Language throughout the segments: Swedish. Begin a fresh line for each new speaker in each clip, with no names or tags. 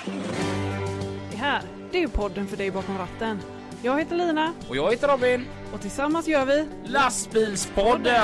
Det här, det är podden för dig bakom ratten. Jag heter Lina.
Och jag heter Robin.
Och tillsammans gör vi
Lastbilspodden!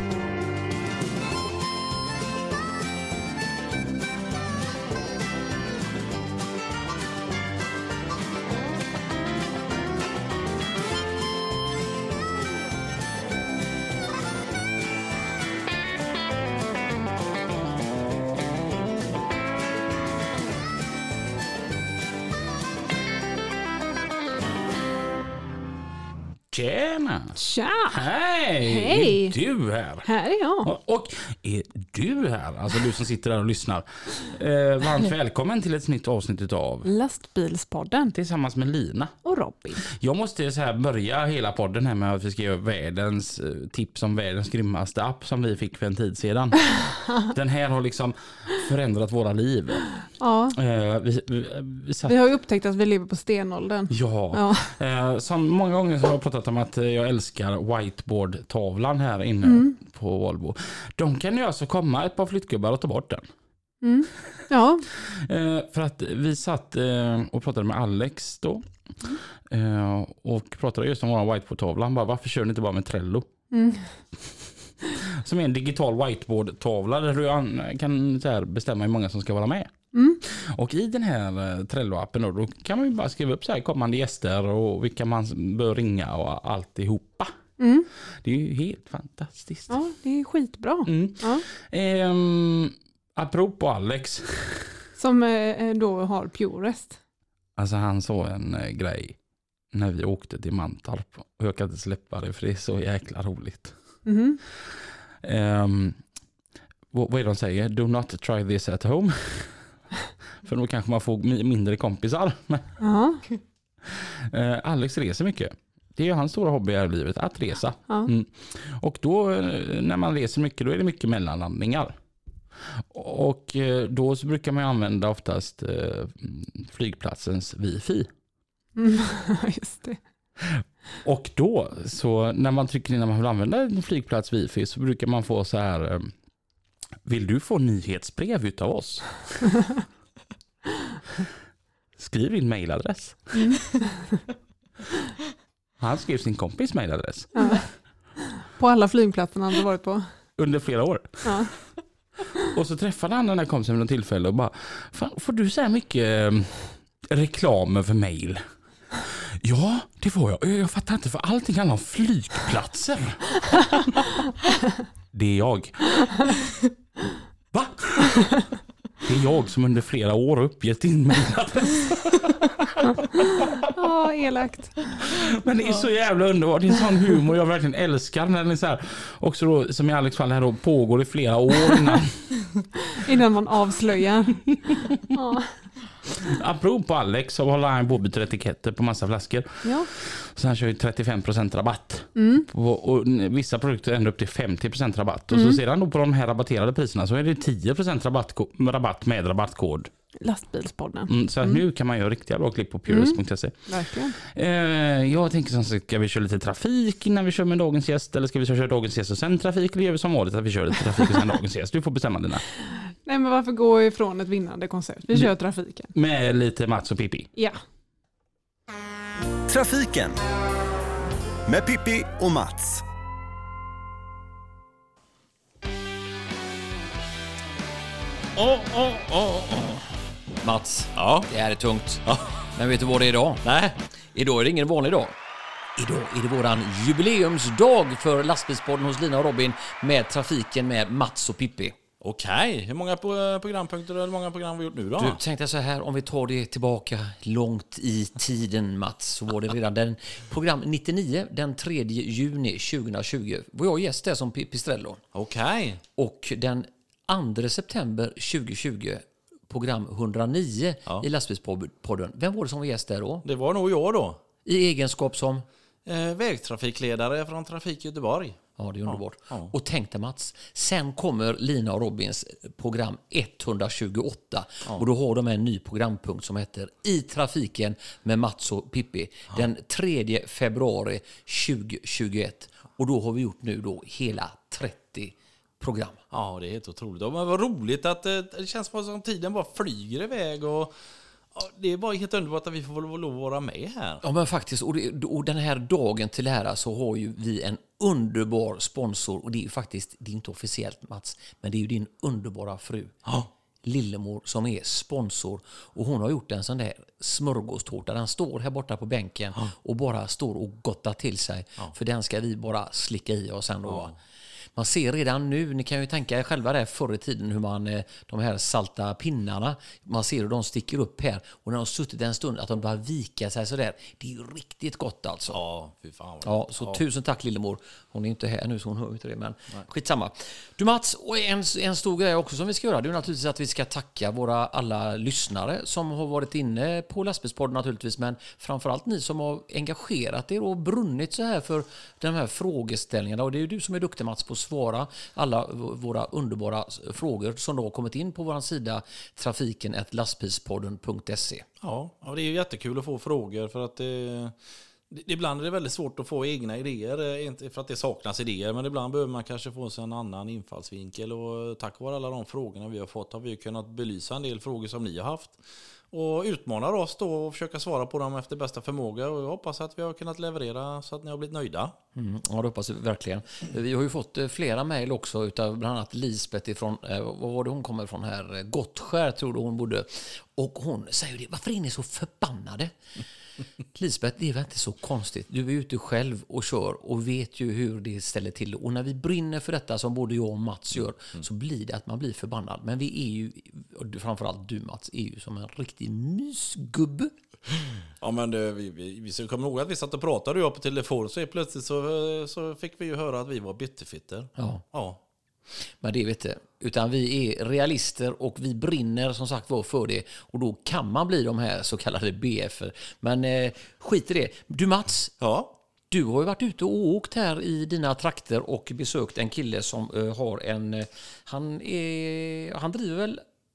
Tjena!
Tja!
Hej!
Hej!
Är du här?
Här är jag.
Och är du här? Alltså du som sitter där och lyssnar. Varmt välkommen till ett nytt avsnitt av
Lastbilspodden.
Tillsammans med Lina.
Och Robin.
Jag måste så här börja hela podden här med att vi ska göra världens tips om världens grymmaste app som vi fick för en tid sedan. Den här har liksom förändrat våra liv.
Ja. Vi har ju upptäckt att vi lever på stenåldern.
Ja. Som många gånger så har jag pratat om att jag älskar whiteboard-tavlan här inne på Volvo. De kan ju alltså komma ett par flyttgubbar och ta bort den.
Mm. Ja.
För att vi satt och pratade med Alex då. Och pratade just om vår whiteboard-tavla. Han bara, varför kör ni inte bara med Trello? Mm. Som är en digital whiteboard-tavla där du kan så här bestämma hur många som ska vara med. Mm. Och i den här Trello-appen då kan man ju bara skriva upp så här kommande gäster och vilka man bör ringa och alltihopa. Mm. Det är ju helt fantastiskt.
Ja, det är skitbra. Mm. Ja.
Apropå Alex.
Som då har Purest.
Alltså han såg en grej när vi åkte till Mantorp. Och jag kan inte släppa det för det är så jäkla roligt. Mm. Vad är det de säger? Do not try this at home. För då kanske man får mindre kompisar. Alex reser mycket. Det är ju hans stora hobby i livet, att resa. Mm. Och då när man reser mycket, då är det mycket mellanlandningar. Och då så brukar man använda oftast flygplatsens wifi.
Just det.
Och då, så när man trycker in när man vill använda en flygplats wifi så brukar man få så här: vill du få nyhetsbrev utav oss? Skriv din mailadress. Mm. Han skrev sin kompis mailadress. Ja.
På alla flygplatserna han hade varit på.
Under flera år.
Ja.
Och så träffade han den där kompisen vid något tillfälle och bara, får du så här mycket reklam för mail? Ja, det får jag. Jag fattar inte, för allting handlar om flygplatser. Det är jag. Va? Det är jag som under flera år har uppgett din mailadress.
Ja, elakt.
Men det är så jävla underbart. Det är sån humor jag verkligen älskar när den är så här, också då, som i Alex fall här då, pågår i flera år
innan man avslöjar. Ja.
Apropå Alex så håller han på att byta etiketter på massa flaskor. Ja. Så han kör ju 35% rabatt. Och vissa produkter ända upp till 50% rabatt. Och så sedan då på de här rabatterade priserna så är det 10% rabatt med rabattkod.
Lastbilspodden.
Så nu kan man göra riktiga bra klipp på purist.se.
Verkligen.
Jag tänker som sagt, ska vi köra lite trafik innan vi kör med dagens gäst? Eller ska vi köra dagens gäst och sen trafik? Eller gör vi som vanligt att vi kör lite trafik och sen dagens gäst? Du får bestämma dina.
Nej, men varför gå ifrån ett vinnande koncept? Vi kör trafiken.
Med lite Mats och Pippi.
Ja.
Trafiken. Med Pippi och Mats.
Mats, det här är tungt. Men vet du vad det är idag?
Nej.
Idag är det ingen vanlig dag. Idag är det våran jubileumsdag för Lastbilspodden hos Lina och Robin med trafiken med Mats och Pippi.
Okej, hur många programpunkter eller hur många program har vi gjort nu då?
Du, tänkte så här, om vi tar det tillbaka långt i tiden, Mats, så var det redan den program 99, den 3 juni 2020. Var jag gäst där som Pipistrello.
Okej.
Och den 2 september 2020, program 109 i Lastbilspodden. Vem var det som var gäst där då?
Det var nog jag då.
I egenskap som?
Vägtrafikledare från Trafik Göteborg.
Ja, det är underbart. Ja. Och tänk dig Mats, sen kommer Lina och Robins program 128 och då har de en ny programpunkt som heter I trafiken med Mats och Pippi den 3 februari 2021 och då har vi gjort nu då hela 30 program.
Ja, det är helt otroligt. Men vad roligt att det känns som att tiden bara flyger iväg och Ja, det är bara helt underbart att vi får lov att vara med här.
Ja, men faktiskt. Och den här dagen till ära så har ju vi en underbar sponsor. Och det är ju faktiskt, det är inte officiellt Mats, men det är ju din underbara fru.
Ja.
Lillemor som är sponsor. Och hon har gjort en sån där smörgåstårta. Den står här borta på bänken och bara står och gottar till sig. Ja. För den ska vi bara slicka i oss sen då. Ja. Man ser redan nu, ni kan ju tänka er själva där förr i tiden hur man, de här salta pinnarna, man ser hur de sticker upp här och när de har suttit en stund att de bara vika sig så där. Det är ju riktigt gott alltså.
Ja, fy fan.
Ja, så tusen tack Lillemor. Hon är inte här nu så hon hör inte det, men skitsamma. Du Mats, och en stor grej också som vi ska göra, det är naturligtvis att vi ska tacka våra alla lyssnare som har varit inne på Lastbilspodden naturligtvis, men framförallt ni som har engagerat er och brunnit så här för de här frågeställningarna. Och det är ju du som är duktig Mats på att svara alla våra underbara frågor som då har kommit in på vår sida trafiken@lastbilspodden.se.
Ja, det är ju jättekul att få frågor för att ibland är det väldigt svårt att få egna idéer, inte för att det saknas idéer, men ibland behöver man kanske få sig en annan infallsvinkel och tack vare alla de frågorna vi har fått har vi kunnat belysa en del frågor som ni har haft och utmanar oss då och försöka svara på dem efter bästa förmåga och jag hoppas att vi har kunnat leverera så att ni har blivit nöjda.
Ja, det hoppas vi verkligen. Vi har ju fått flera mejl också utav bland annat Lisbeth ifrån, vad var det hon kommer ifrån här? Gottskär tror du hon bodde. Och hon säger det, varför är ni så förbannade? Lisbeth, det är väl inte så konstigt. Du är ute själv och kör och vet ju hur det ställer till. Och när vi brinner för detta som både jag och Mats gör så blir det att man blir förbannad. Men vi är ju, framförallt du Mats, är ju som en riktig mysgubbe.
Ja, men vi ska komma ihåg att vi satt och pratade och jag på telefon så plötsligt så fick vi ju höra att vi var bitterfitter. Ja.
Men det vet jag. Utan vi är realister och vi brinner som sagt var för det. Och då kan man bli de här så kallade BF. Men skit i det. Du Mats, du har ju varit ute och åkt här i dina trakter och besökt en kille som har en... Han driver väl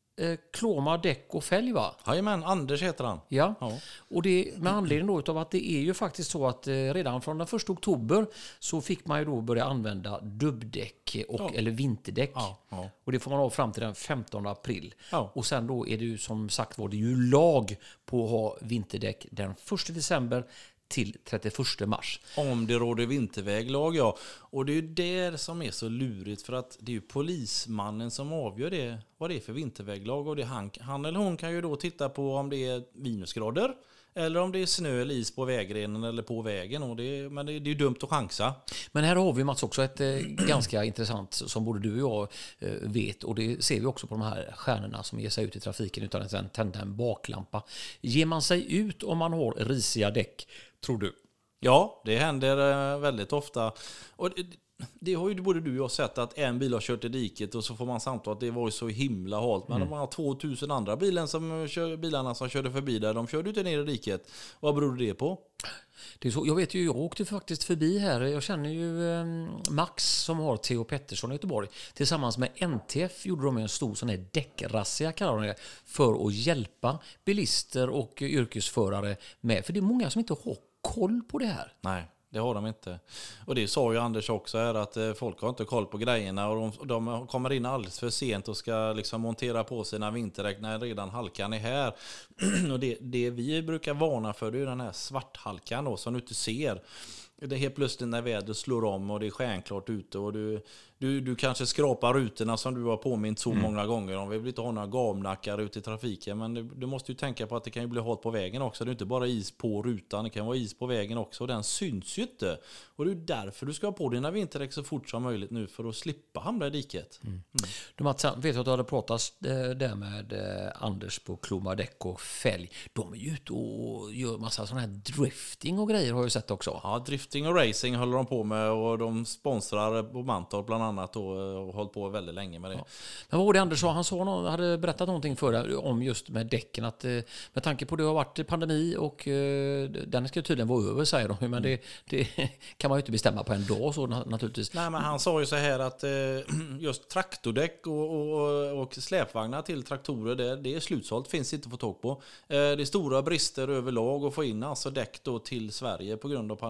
Kloma, däck och fälg va?
Jajamän, Anders heter han.
Ja, och det med anledning då av att det är ju faktiskt så att redan från den 1 oktober så fick man ju då börja använda dubbdäck eller vinterdäck. Och det får man ha fram till den 15 april. Och sen då är det ju som sagt var det ju lag på att ha vinterdäck den 1 december till 31 mars. Om
det råder vinterväglag, ja. Och det är ju där som är så lurigt för att det är ju polismannen som avgör det, vad det är för vinterväglag. Och det han eller hon kan ju då titta på om det är minusgrader eller om det är snö eller is på vägrenen eller på vägen. Och men det är ju dumt att chansa. Men här har vi Mats också ett ganska intressant som både du och jag vet. Och det ser vi också på de här stjärnorna som ger sig ut i trafiken utan att sen tända en baklampa. Ger man sig ut om man har risiga däck, tror du? Ja, det händer väldigt ofta. Och det har ju både du och jag sett att en bil har kört i diket och så får man samtal att det var ju så himla halt. Men de har 2000 andra bilarna som körde förbi där, de körde inte ner i diket. Vad beror det på? Det är så, jag vet ju, jag åkte faktiskt förbi här. Jag känner ju Max som har Theo Pettersson i Göteborg. Tillsammans med NTF gjorde de en stor sån här däckrazzia kallar de det, för att hjälpa bilister och yrkesförare med. För det är många som inte har koll på det här. Nej. Det har de inte. Och det sa ju Anders också här att folk har inte koll på grejerna och de kommer in alldeles för sent och ska liksom montera på sina vinterdäck när redan halkan är här. Och det vi brukar varna för det är den här svarthalkan då, som du inte ser. Det är helt plötsligt när vädret slår om och det är stjärnklart ute och du kanske skrapar rutorna som du har påmint så många gånger om. Vi vill inte ha några gamnackar ute i trafiken, men du måste ju tänka på att det kan ju bli halt på vägen också. Det är inte bara is på rutan, det kan vara is på vägen också och den syns ju inte. Och det är därför du ska ha på dina vinterdäck så fort som möjligt nu för att slippa hamna i diket. Du Mats, vet du att du hade pratat där med Anders på Kloma, däck och fälg. De är ju ute och gör massa sån här drifting och grejer har jag sett också. Ja, drifting och racing håller de på med och de sponsrar på Mantorp bland annat och hållit på väldigt länge med det. Ja. Men vad var det Anders sa? Han hade berättat någonting för dig om just med däcken att med tanke på att det har varit pandemi och den ska tydligen vara över säger de, men det kan man ju inte bestämma på en dag så naturligtvis. Nej, men han sa ju så här att just traktordäck och släpvagnar till traktorer det är slutsålt, finns inte att få tag på. Det är stora brister överlag att få in alltså däck då till Sverige på grund av pandemin.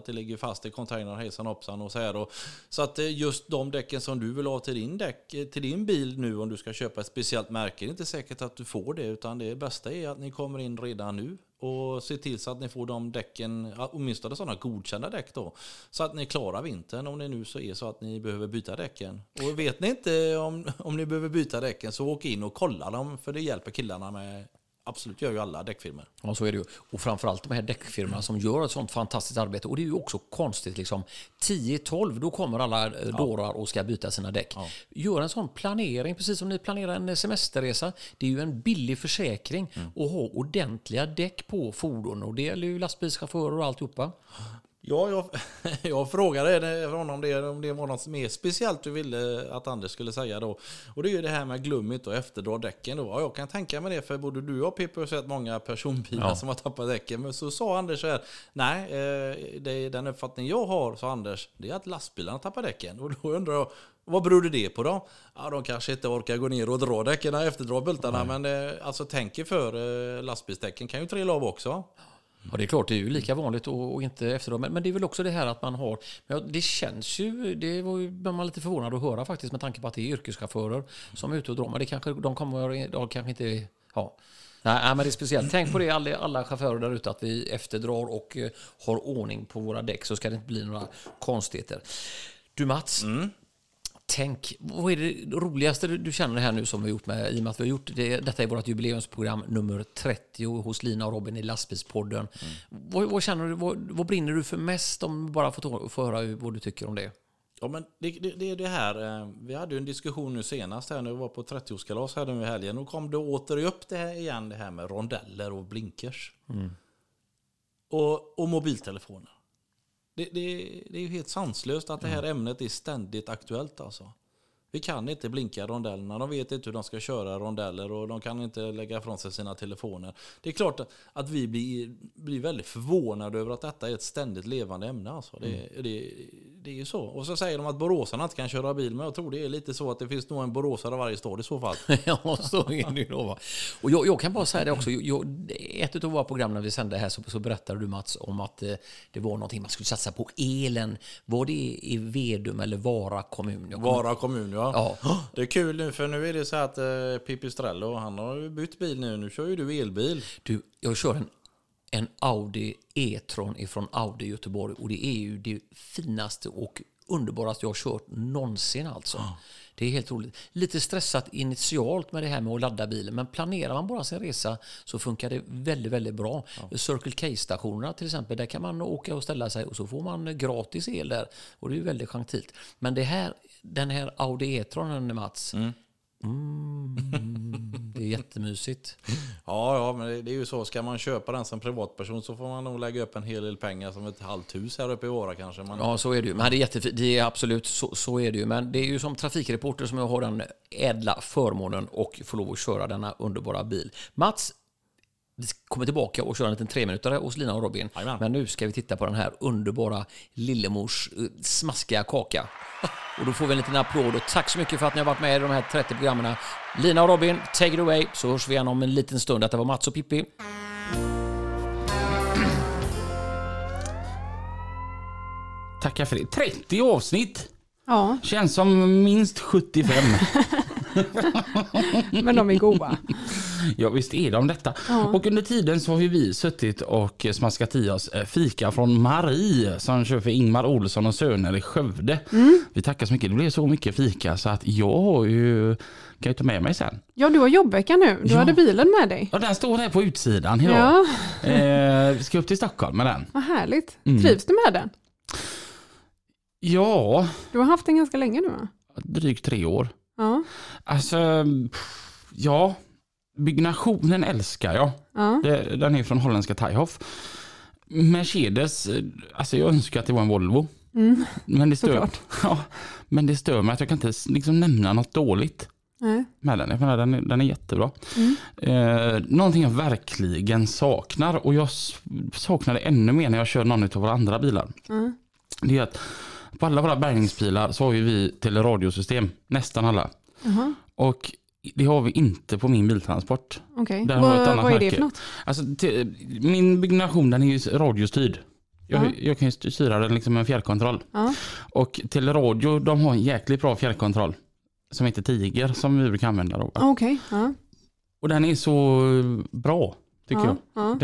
att det ligger fast i containern hejsan hoppsan och så här. Och, så att just de däcken som du vill ha till din bil nu, om du ska köpa ett speciellt märke, är det inte säkert att du får det, utan det bästa är att ni kommer in redan nu och se till så att ni får de däcken, åtminstone sådana godkända däck då, så att ni klarar vintern, om det nu så är så att ni behöver byta däcken. Och vet ni inte om ni behöver byta däcken, så åk in och kolla dem, för det hjälper killarna med. Absolut, gör ju alla däckfirmor.
Ja, så är det ju. Och framförallt de här däckfirmorna som gör ett sånt fantastiskt arbete. Och det är ju också konstigt, liksom 10-12, då kommer alla dårar och ska byta sina däck. Ja. Gör en sån planering, precis som ni planerar en semesterresa. Det är ju en billig försäkring att ha ordentliga däck på fordon. Och det gäller ju lastbilschaufförer och alltihopa.
Ja, jag frågade honom om det var något mer speciellt du ville att Anders skulle säga då. Och det är ju det här med glummit och efterdra däcken då. Ja, jag kan tänka mig det, för både du och Pippi har sett många personbilar som har tappat däcken. Men så sa Anders så här, nej, det är den uppfattning jag har, sa Anders, det är att lastbilarna tappar däcken. Och då undrar jag, vad beror det på då? Ja, de kanske inte orkar gå ner och dra däcken, efterdra bultarna. Men alltså tänker för lastbilsdäcken kan ju trilla av också.
Ja, det är klart, det är ju lika vanligt och inte efteråt. Men det är väl också det här att man har... Det känns ju... Det var ju man lite förvånad att höra faktiskt, med tanke på att det är yrkeschaufförer som är ute och drar. Men det kanske, de kanske inte... Ja. Nej, men det är speciellt. Tänk på det, alla chaufförer där ute, att vi efterdrar och har ordning på våra däck, så ska det inte bli några konstigheter. Du Mats... Tänk, vad är det roligaste du känner här nu som vi har gjort med, i och med att vi har gjort det, detta är vårt jubileumsprogram nummer 30 hos Lina och Robin i Lastbilspodden. Vad känner du, vad brinner du för mest, om bara får höra vad du tycker om det?
Ja, men det är det här, vi hade ju en diskussion nu senast här när vi var på 30-årskalas här nu i helgen, och kom det åter upp det här igen, det här med rondeller och blinkers och mobiltelefoner. Det är ju helt sanslöst att det här ämnet är ständigt aktuellt alltså. Vi kan inte blinka rondellerna, de vet inte hur de ska köra rondeller och de kan inte lägga ifrån sig sina telefoner. Det är klart att vi blir väldigt förvånade över att detta är ett ständigt levande ämne alltså. Det är ju så. Och så säger de att boråsarna inte kan köra bil, men jag tror det är lite så att det finns nog en boråsare i varje stad i så fall.
Ja, så är det ju då. Och jag kan bara säga det också. Ett av våra program när vi sände här så berättade du Mats om att det var någonting man skulle satsa på elen. Var det i Vedum eller Vara kommun?
Vara kommun, ja. Det är kul nu, för nu är det så att Pippi Strello, han har ju bytt bil nu. Nu kör ju du elbil.
Jag kör en Audi e-tron ifrån Audi Göteborg, och det är ju det finaste och underbaraste jag har kört någonsin alltså. Det är helt roligt. Lite stressat initialt med det här med att ladda bilen, men planerar man bara sin resa så funkar det väldigt, väldigt bra. Circle K-stationerna till exempel, där kan man åka och ställa sig och så får man gratis el där, och det är ju väldigt gentilt. Men den här Audi e-tronen, Mats, det är jättemysigt.
Ja, men det är ju så. Ska man köpa den som privatperson så får man nog lägga upp en hel del pengar, som ett halvt hus här uppe i Vara kanske.
Ja, så är det ju. Men det är jättefint. Det är absolut så är det ju. Men det är ju som trafikreporter som jag har den ädla förmånen och får lov att köra denna underbara bil. Mats, vi kommer tillbaka och köra en liten 3-minutare hos Lina och Robin. Amen. Men nu ska vi titta på den här underbara Lillemors smaskiga kaka. Och då får vi en liten applåd, och tack så mycket för att ni har varit med i de här 30 programmen. Lina och Robin, take it away, så hörs vi igen om en liten stund. Detta var Mats och Pippi.
Tackar för det. 30 avsnitt.
Ja.
Känns som minst 75.
Men de är goda.
Ja, visst är de detta. Ja. Och under tiden så har vi suttit och smaskat i oss fika från Marie som kör för Ingmar Olsson och Söner i Skövde. Vi tackar så mycket. Det blev så mycket fika så att jag kan ju ta med mig sen. Ja,
du har jobbvecka nu. Du hade bilen med dig.
Ja, den står här på utsidan idag. Ja. Vi ska upp till Stockholm med den.
Vad härligt. Trivs du med den?
Ja.
Du har haft den ganska länge nu, va?
Drygt 3 år.
Ja.
Alltså, ja. Byggnationen älskar jag. Ja. Den är från holländska Thaihoff. Mercedes, alltså jag önskar att det var en Volvo. Men det stör, men det stör mig att jag kan inte liksom nämna något dåligt med den. Jag menar, den är jättebra. Någonting jag verkligen saknar, och jag saknar det ännu mer när jag kör någon av våra andra bilar. Det är att på alla våra bärgningsbilar så har ju vi teleradiosystem, nästan alla. Och det har vi inte på min biltransport.
Okej. Vad är det för något?
Alltså, min byggnation, den är ju radiostyrd. Jag kan ju styra den liksom med en fjärrkontroll. Och till radio, de har en jäkligt bra fjärrkontroll som heter Tiger som vi brukar använda då.
Okej.
Och den är så bra tycker jag.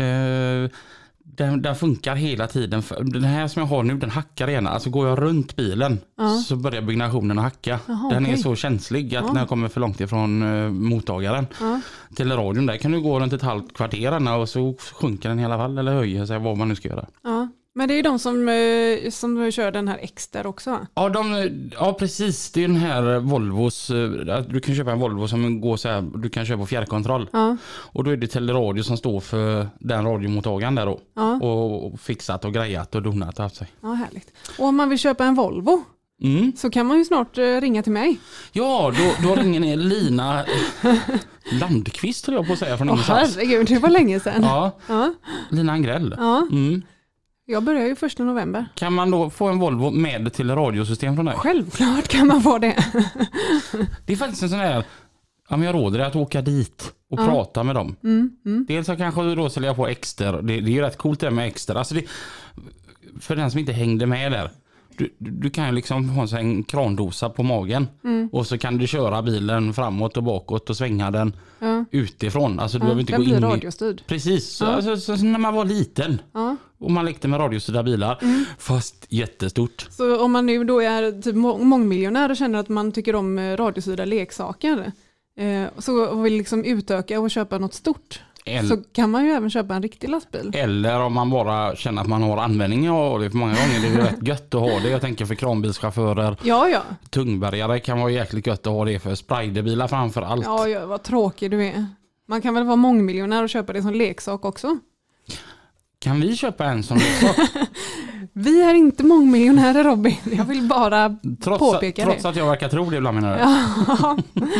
Den funkar hela tiden. Den här som jag har nu, den hackar igen. Alltså går jag runt bilen så börjar byggnationen att hacka. Den är så känslig att när jag kommer för långt ifrån mottagaren till radion där kan du gå runt ett halvt kvarter och så sjunker den i alla fall eller höjer sig vad man nu ska göra.
Men det är ju de som kör den här Exter också, va?
Ja, precis. Det är den här Volvos. Du kan köpa en Volvo som går så här. Du kan köpa på fjärrkontroll. Och då är det Teleradio som står för den radiomottagaren där då. Och fixat och grejat och donat haft sig.
Ja, härligt. Och om man vill köpa en Volvo så kan man ju snart ringa till mig.
Ja, då ringer ni Lina Landqvist tror jag på att säga från ingenstans.
Herregud, det var länge sedan.
Ja. Lina Angrell.
Jag börjar ju 1 november.
Kan man då få en Volvo med till radiosystem från dig?
Självklart kan man få det.
Det är faktiskt en sån här, jag råder dig att åka dit och prata med dem. Dels så kanske du då säljer på Exter. Det är ju rätt coolt det med Exter. Alltså för den som inte hängde med där. Du kan ju liksom ha en krandosa på magen och så kan du köra bilen framåt och bakåt och svänga den utifrån. Alltså du behöver inte gå in i
radiostyrd.
Precis, så när man var liten och man lekte med radiostyrda bilar fast jättestort.
Så om man nu då är typ mångmiljonär och känner att man tycker om radiostyrda leksaker så vill liksom utöka och köpa något stort. Så kan man ju även köpa en riktig lastbil.
Eller om man bara känner att man har användning av det för många gånger. Det är rätt gött att ha det. Jag tänker för kranbilschaufförer.
Ja.
Tungbärgare kan vara jäkligt gött att ha det för sprayderbilar framför allt.
Ja, vad tråkig du är. Man kan väl vara mångmiljonär och köpa det som leksak också.
Kan vi köpa en som leksak?
Vi är inte mångmiljonärer, Robin. Jag vill bara påpeka det.
Trots att jag verkar tro det ibland menar du?
Ja,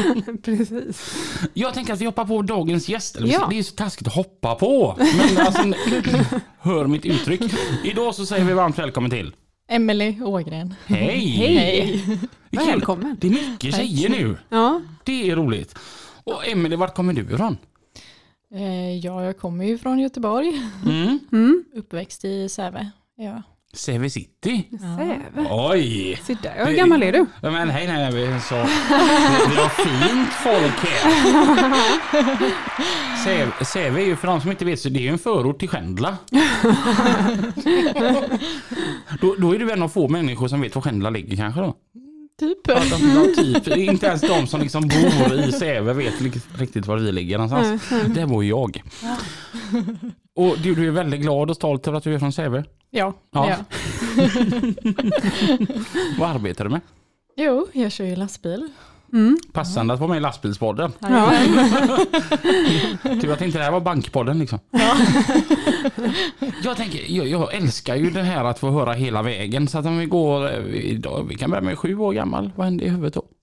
precis.
Jag tänker att vi hoppar på dagens gäst. Det är ju så taskigt att hoppa på. Men alltså, hör mitt uttryck. Idag så säger vi varmt välkommen till
Emelie Ågren.
Hej!
Välkommen.
Det är mycket tjejer nu.
Ja.
Det är roligt. Och Emelie, vart kommer du ifrån?
Jag kommer ju från Göteborg. Uppväxt i Säve. Ja.
Säve City?
Säve?
Oj!
Se där, hur gammal är du?
Ja, men nej, vi har fint folk här. Säve är ju, för de som inte vet, så det är ju en förort till Skändla. då är det väl några få människor som vet var Skändla ligger kanske då?
Typ.
Ja, typ. Inte ens de som liksom bor i Säve vet riktigt var vi ligger någonstans. Där bor jag. Ja. Och du är väldigt glad och stolt över att du är från Säve?
Ja.
Vad arbetar du med?
Jo, jag kör ju lastbil.
Passande att vara med i lastbilspodden.
Ja.
Tur att inte det här var bankpodden liksom.
Ja.
Jag älskar ju det här att få höra hela vägen. Så att om vi går idag, vi kan börja med 7 år gammal. Vad hände i huvudet då?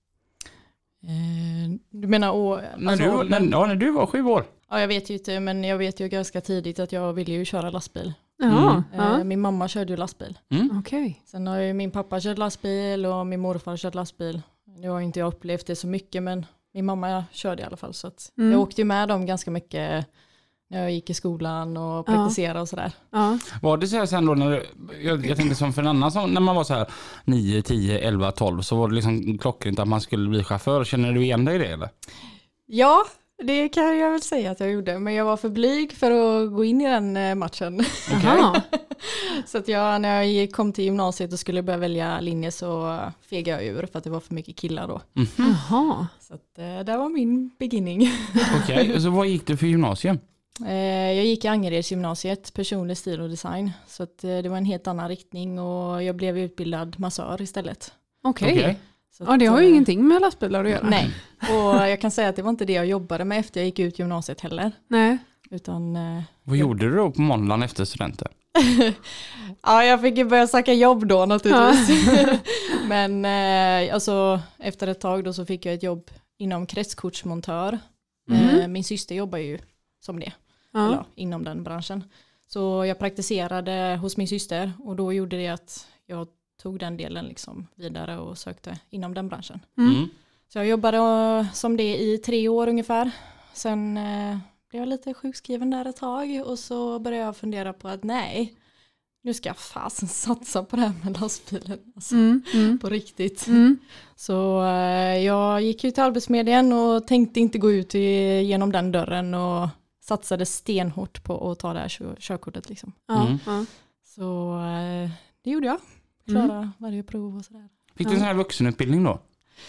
Du menar
när du var 7 år?
Ja, jag vet ju inte, men jag vet ju ganska tidigt att jag ville ju köra lastbil. Min mamma körde ju lastbil.
Okej.
Sen har ju min pappa kört lastbil och min morfar kört lastbil. Nu har inte jag upplevt det så mycket, men min mamma körde i alla fall. Så att jag åkte ju med dem ganska mycket när jag gick i skolan och praktiserade och sådär.
Ja.
Var det så här sen då, när jag tänkte som för en annan, som när man var så här 9, 10, 11, 12 så var det liksom klockrent att man skulle bli chaufför. Känner du igen dig i det eller?
Ja, det kan jag väl säga att jag gjorde. Men jag var för blyg för att gå in i den matchen.
Okay.
Så att när jag kom till gymnasiet och skulle börja välja linje så fegade jag ur för att det var för mycket killar då.
Jaha.
Så att det var min beginning.
Okej, så vad gick du för gymnasium?
Jag gick i Angereds gymnasiet, personlig stil och design. Så att det var en helt annan riktning och jag blev utbildad massör istället.
Okej. Ja, det har ju ingenting med lastbilar att göra.
Nej, och jag kan säga att det var inte det jag jobbade med efter jag gick ut gymnasiet heller.
Nej.
Utan,
vad gjorde du då på måndagen efter studenten?
Ja, jag fick ju börja söka jobb då naturligtvis. Men alltså, efter ett tag då så fick jag ett jobb inom kretskortsmontör. Min syster jobbar ju som det, eller, inom den branschen. Så jag praktiserade hos min syster och då gjorde det att jag tog den delen liksom vidare och sökte inom den branschen. Så jag jobbade som det i 3 år ungefär. Sen blev jag lite sjukskriven där ett tag och så började jag fundera på att nej, nu ska jag fasen satsa på det här med lastbilen. Alltså, på riktigt. Så jag gick ut till Arbetsförmedlingen och tänkte inte gå ut genom den dörren och satsade stenhårt på att ta det här körkortet. Liksom. Så det gjorde jag. Klara varje prov och sådär.
Fick du en sån här vuxenutbildning då?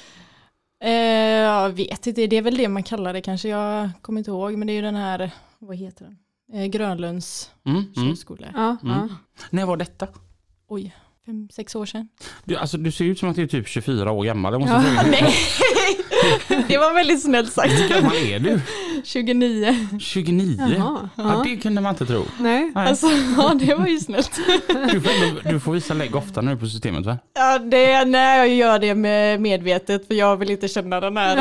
Jag vet inte, det är väl det man kallar det kanske. Jag kommer inte ihåg, men det är ju den här, vad heter den? Grönlunds körskola.
När var detta?
Oj, 5-6 år sedan.
Du ser ut som att du är typ 24 år gammal.
Nej, det var väldigt snällt sagt.
Hur gammal är du?
29.
29? Ja, det kunde man inte tro.
Nej.
Alltså, ja, det var ju snällt.
Du får visa lägg ofta nu på systemet, va?
Ja, nej, jag gör det medvetet, för jag vill inte känna den här.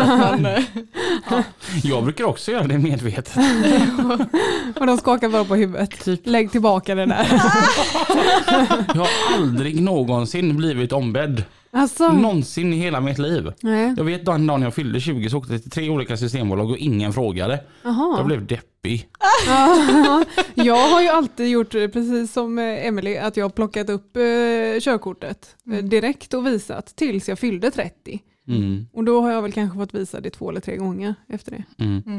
Jag brukar också göra det medvetet.
Och de skakar bara på huvudet. Typ. Lägg tillbaka den där.
Jag har aldrig någonsin blivit ombedd.
Alltså.
Någonsin i hela mitt liv.
Nej.
Jag vet den dagen jag fyllde 20 så åkte jag till 3 olika systembolag och ingen frågade. Jag blev deppig.
Jag har ju alltid gjort precis som Emily, att jag har plockat upp körkortet direkt och visat tills jag fyllde 30. Och då har jag väl kanske fått visa det 2 eller 3 gånger efter det.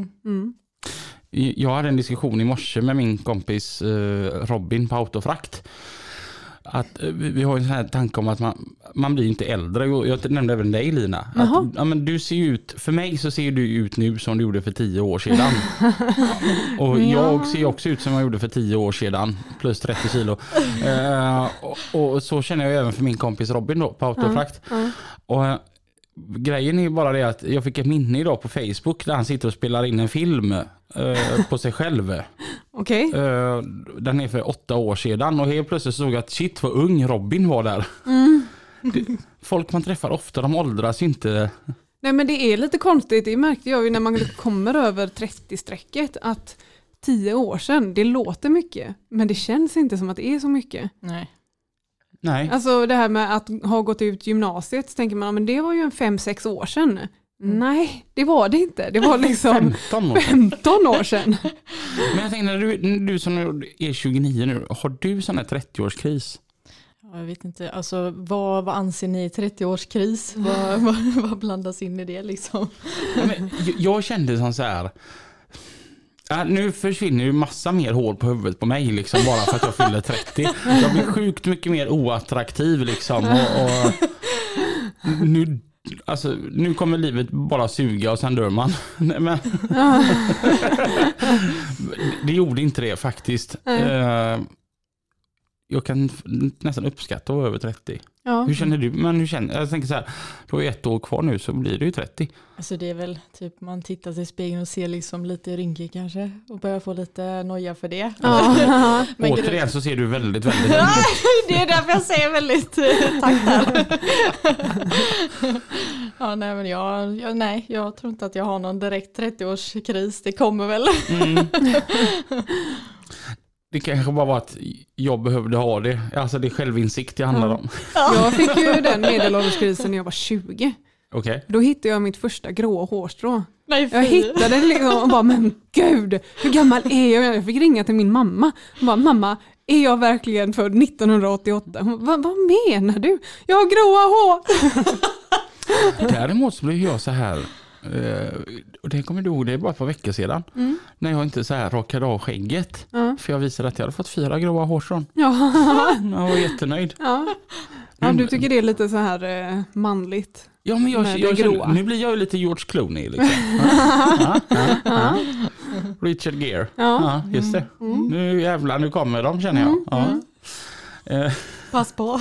Jag hade en diskussion i morse med min kompis Robin på Autofrakt. Att vi har en sån här tanke om att man blir inte äldre. Jag nämnde även dig, Lina. Att, men du ser ut, för mig så ser du ut nu som du gjorde för 10 år sedan. Och jag ser också ut som jag gjorde för 10 år sedan. Plus 30 kilo. Och så känner jag även för min kompis Robin då, på Autofrakt. Och grejen är ju bara det att jag fick ett minne idag på Facebook där han sitter och spelar in en film på sig själv.
Okej.
Den är för 8 år sedan och helt plötsligt såg jag att shit vad ung Robin var där. Folk man träffar ofta, de åldras inte.
Nej, men det är lite konstigt, det märkte jag ju när man kommer över 30-strecket att 10 år sedan, det låter mycket, men det känns inte som att det är så mycket.
Nej.
Alltså det här med att ha gått ut gymnasiet, så tänker man, men det var ju en 5-6 år sedan. Nej, det var det inte. Det var liksom 15 år sedan.
Men jag tänkte, du som är 29 nu, har du sån här 30-årskris?
Jag vet inte, alltså vad anser ni 30-årskris? Vad blandas in i det liksom?
Men jag kände som så här, nu försvinner ju massa mer hår på huvudet på mig liksom, bara för att jag fyller 30. Jag blir sjukt mycket mer oattraktiv liksom. Och nu kommer livet bara suga och sen dör man. Men det gjorde inte det faktiskt. Jag kan nästan uppskatta att vara över 30. Ja. Hur känner du? Jag tänker så här, då är 1 år kvar nu så blir det ju 30.
Alltså det är väl typ man tittar sig i spegeln och ser liksom lite rynkig kanske och börjar få lite noja för det.
Ja. Men återigen så ser du väldigt, väldigt
det är därför jag säger väldigt tack där. Ja, nej men jag tror inte att jag har någon direkt 30-årskris. Det kommer väl.
Det kanske bara var att jag behövde ha det. Alltså det är självinsikt det handlar om.
Jag fick ju den medelålderskrisen när jag var 20.
Okay.
Då hittade jag mitt första grå hårstrå.
Nej,
jag hittade det liksom och bara, men gud, hur gammal är jag? Jag fick ringa till min mamma. Hon bara, mamma, är jag verkligen född 1988? Hon bara, vad menar du? Jag har gråa hår.
Däremot så blev jag så här... och det kommer du ihåg, det är bara ett par veckor sedan när jag inte så här rakade av skägget för jag visade att jag hade fått 4 gråa hårstrån. Jag var jättenöjd.
Ja, du tycker det är lite så här manligt.
Ja, men jag nu blir jag ju lite George Clooney liksom. Richard Gere. Ja, just det. Nu jävlar, nu kommer de känner jag.
Pass på.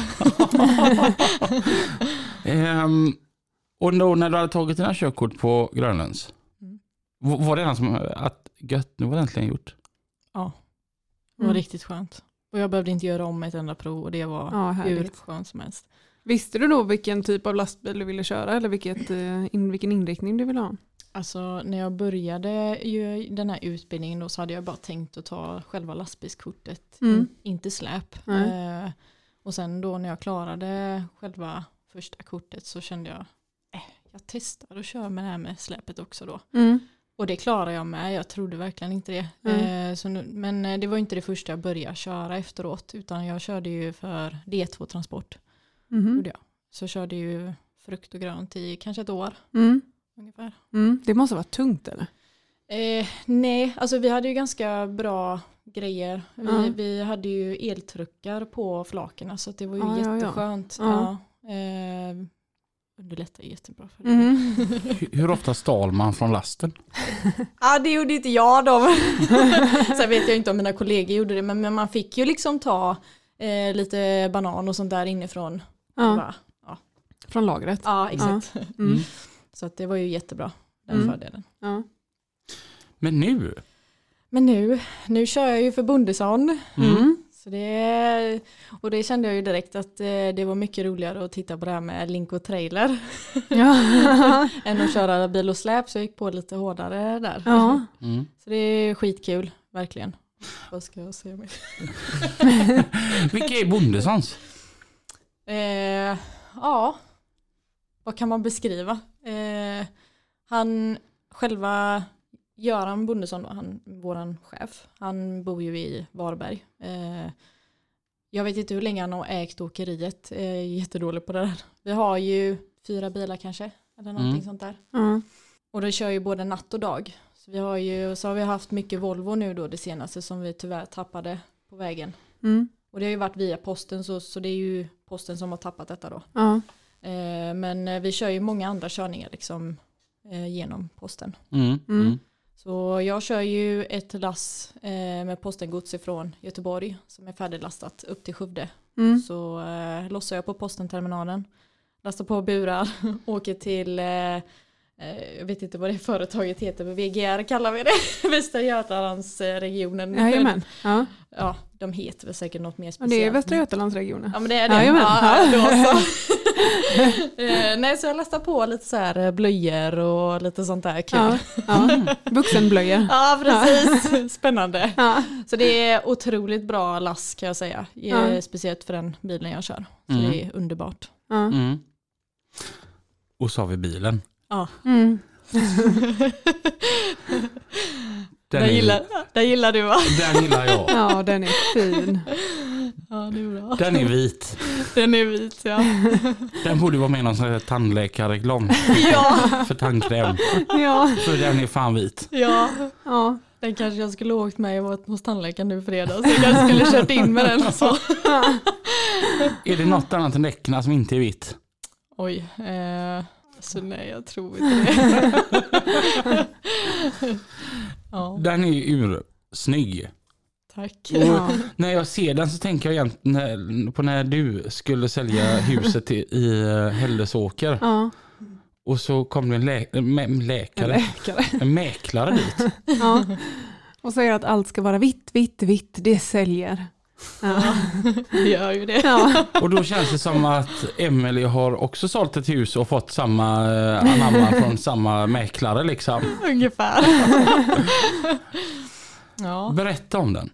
Och då när du hade tagit dina körkort på Grönlunds, var det som att gött, nu var det äntligen gjort?
Ja, det var riktigt skönt. Och jag behövde inte göra om ett enda prov och det var hur skönt som helst.
Visste du då vilken typ av lastbil du ville köra eller vilken inriktning du ville ha?
Alltså när jag började den här utbildningen då så hade jag bara tänkt att ta själva lastbilskortet, inte släp. Och sen då när jag klarade själva första kortet så kände jag jag testar och kör med det här med släpet också då. Och det klarar jag med. Jag trodde verkligen inte det. Men det var inte det första jag började köra efteråt. Utan jag körde ju för D2-transport. Så körde ju frukt och grönt i kanske ett år. Ungefär.
Det måste vara tungt eller?
Nej, alltså vi hade ju ganska bra grejer. Vi hade ju eltruckar på flakerna så att det var ju jätteskönt. Underlättar jättebra för det.
Hur ofta stal man från lasten?
Det gjorde inte jag då. Sen vet jag inte om mina kollegor gjorde det. Men man fick ju liksom ta lite banan och sånt där inifrån.
Från lagret?
Ja, exakt. Så att det var ju jättebra, den fördelen.
Men
nu kör jag ju för Bondesson. Så det kände jag ju direkt att det var mycket roligare att titta på det här med Link och trailer. Än att köra bil och släp, så jag gick på lite hårdare där. Så det är skitkul, verkligen. Vad ska jag säga mer?
Vilka är Bondessons?
Vad kan man beskriva? Han själva... Göran Bondesson, våran chef, han bor ju i Varberg. Jag vet inte hur länge han har ägt åkeriet. Jag är jättedålig på det där. Vi har ju 4 bilar kanske, eller någonting sånt där. Och det kör ju både natt och dag. Så har vi haft mycket Volvo nu då det senaste som vi tyvärr tappade på vägen. Och det har ju varit via posten, så det är ju posten som har tappat detta då. Men vi kör ju många andra körningar liksom genom posten. Så jag kör ju ett lass med postengods ifrån Göteborg som är färdiglastat upp till Skövde. Så lossar jag på postenterminalen, lastar på burar, åker till, jag vet inte vad det företaget heter, men VGR kallar vi det, Västra Götalandsregionen.
Jajamän.
Ja, de heter väl säkert något mer speciellt.
Det är Västra Götalandsregionen.
Ja, men det är det. Då så. Nej, så jag lastar på lite så här blöjor och lite sånt där kul.
Vuxenblöjor.
Ja, precis. Spännande. Så det är otroligt bra lass kan jag säga. Speciellt för den bilen jag kör. Så det är underbart.
Och så har vi bilen.
Den gillar du, va?
Den gillar jag.
Ja, den är fin.
Ja, det är bra.
Den är vit.
Den är vit, ja.
Den borde vara med i någon sån här tandläkarreklam. För tandkräm. För den är fan vit.
Ja. Den kanske jag skulle åkt med. Jag var hos tandläkaren nu fredag. Så jag kanske skulle kört in med den. Så.
Är det något annat än däckna som inte är vitt?
Oj. Så nej, jag tror inte det.
Den är ju snygg.
Tack.
När jag ser den så tänker jag egentligen på när du skulle sälja huset i Hällesåker. Och så kom det en mäklare dit.
Och säger att allt ska vara vitt, det säljer.
Det gör ju det.
Och då känns det som att Emily har också sålt ett hus och fått samma anamma från samma mäklare liksom.
Ungefär.
Berätta om den.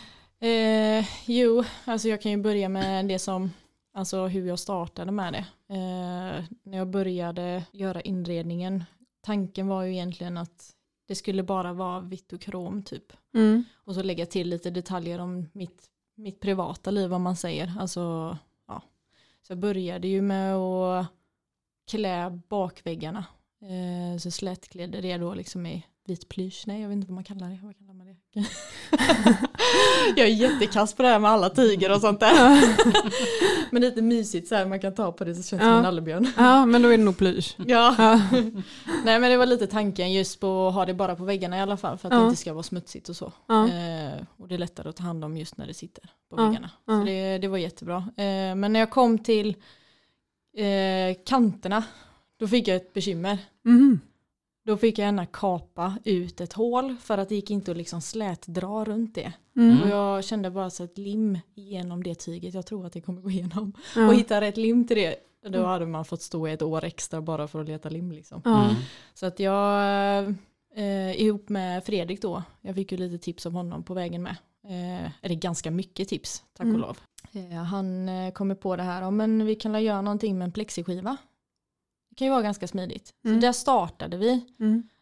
Alltså jag kan ju börja med det som, alltså hur jag startade med det. När jag började göra inredningen, tanken var ju egentligen att det skulle bara vara vitt och krom typ. Och så lägga till lite detaljer om mitt privata liv, vad man säger. Alltså, så jag började ju med att klä bakväggarna. Så slätklädde det då liksom i vit plysch. Nej, jag vet inte vad man kallar det. Vad kallar man det? Jag är jättekass på det här med alla tyger och sånt där. Men lite mysigt så här, man kan ta på det så känns som en nallebjörn.
Ja, men då är det nog plysch.
Nej, men det var lite tanken just på att ha det bara på väggarna i alla fall. För att det inte ska vara smutsigt och så. Och det är lättare att ta hand om just när det sitter på väggarna. Så det var jättebra. Men när jag kom till kanterna, då fick jag ett bekymmer. Då fick jag gärna kapa ut ett hål för att det gick inte att liksom slätdra runt det. Och jag kände bara så ett lim genom det tyget. Jag tror att det kommer gå igenom. Och hitta rätt lim till det, då hade man fått stå ett år extra bara för att leta lim liksom. Så att jag ihop med Fredrik då, jag fick ju lite tips om honom på vägen med. Eller ganska mycket tips, tack och lov. Han kommer på det här, men vi kan göra någonting med en plexiskiva. Det kan ju vara ganska smidigt. Så där startade vi.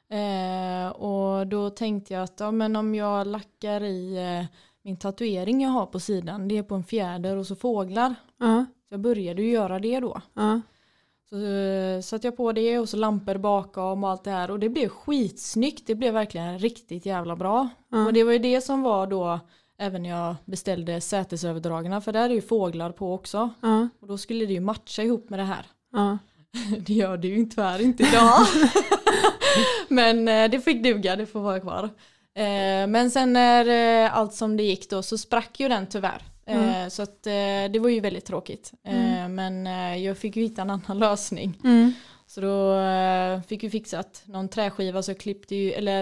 Och då tänkte jag att men om jag lackar i min tatuering jag har på sidan, det är på en fjäder och så fåglar. Så jag började ju göra det då. Så satte jag på det och så lampor bakom och allt det här. Och det blev skitsnyggt. Det blev verkligen riktigt jävla bra. Och det var ju det som var då, även när jag beställde sätesöverdragarna. För där är ju fåglar på också. Och då skulle det ju matcha ihop med det här. Det gör det ju tyvärr inte idag. Men det fick duga, det får vara kvar. Men sen när allt som det gick då så sprack ju den tyvärr. Så att det var ju väldigt tråkigt. Men jag fick ju hitta en annan lösning. Så då fick vi fixat någon träskiva så klippte ju, eller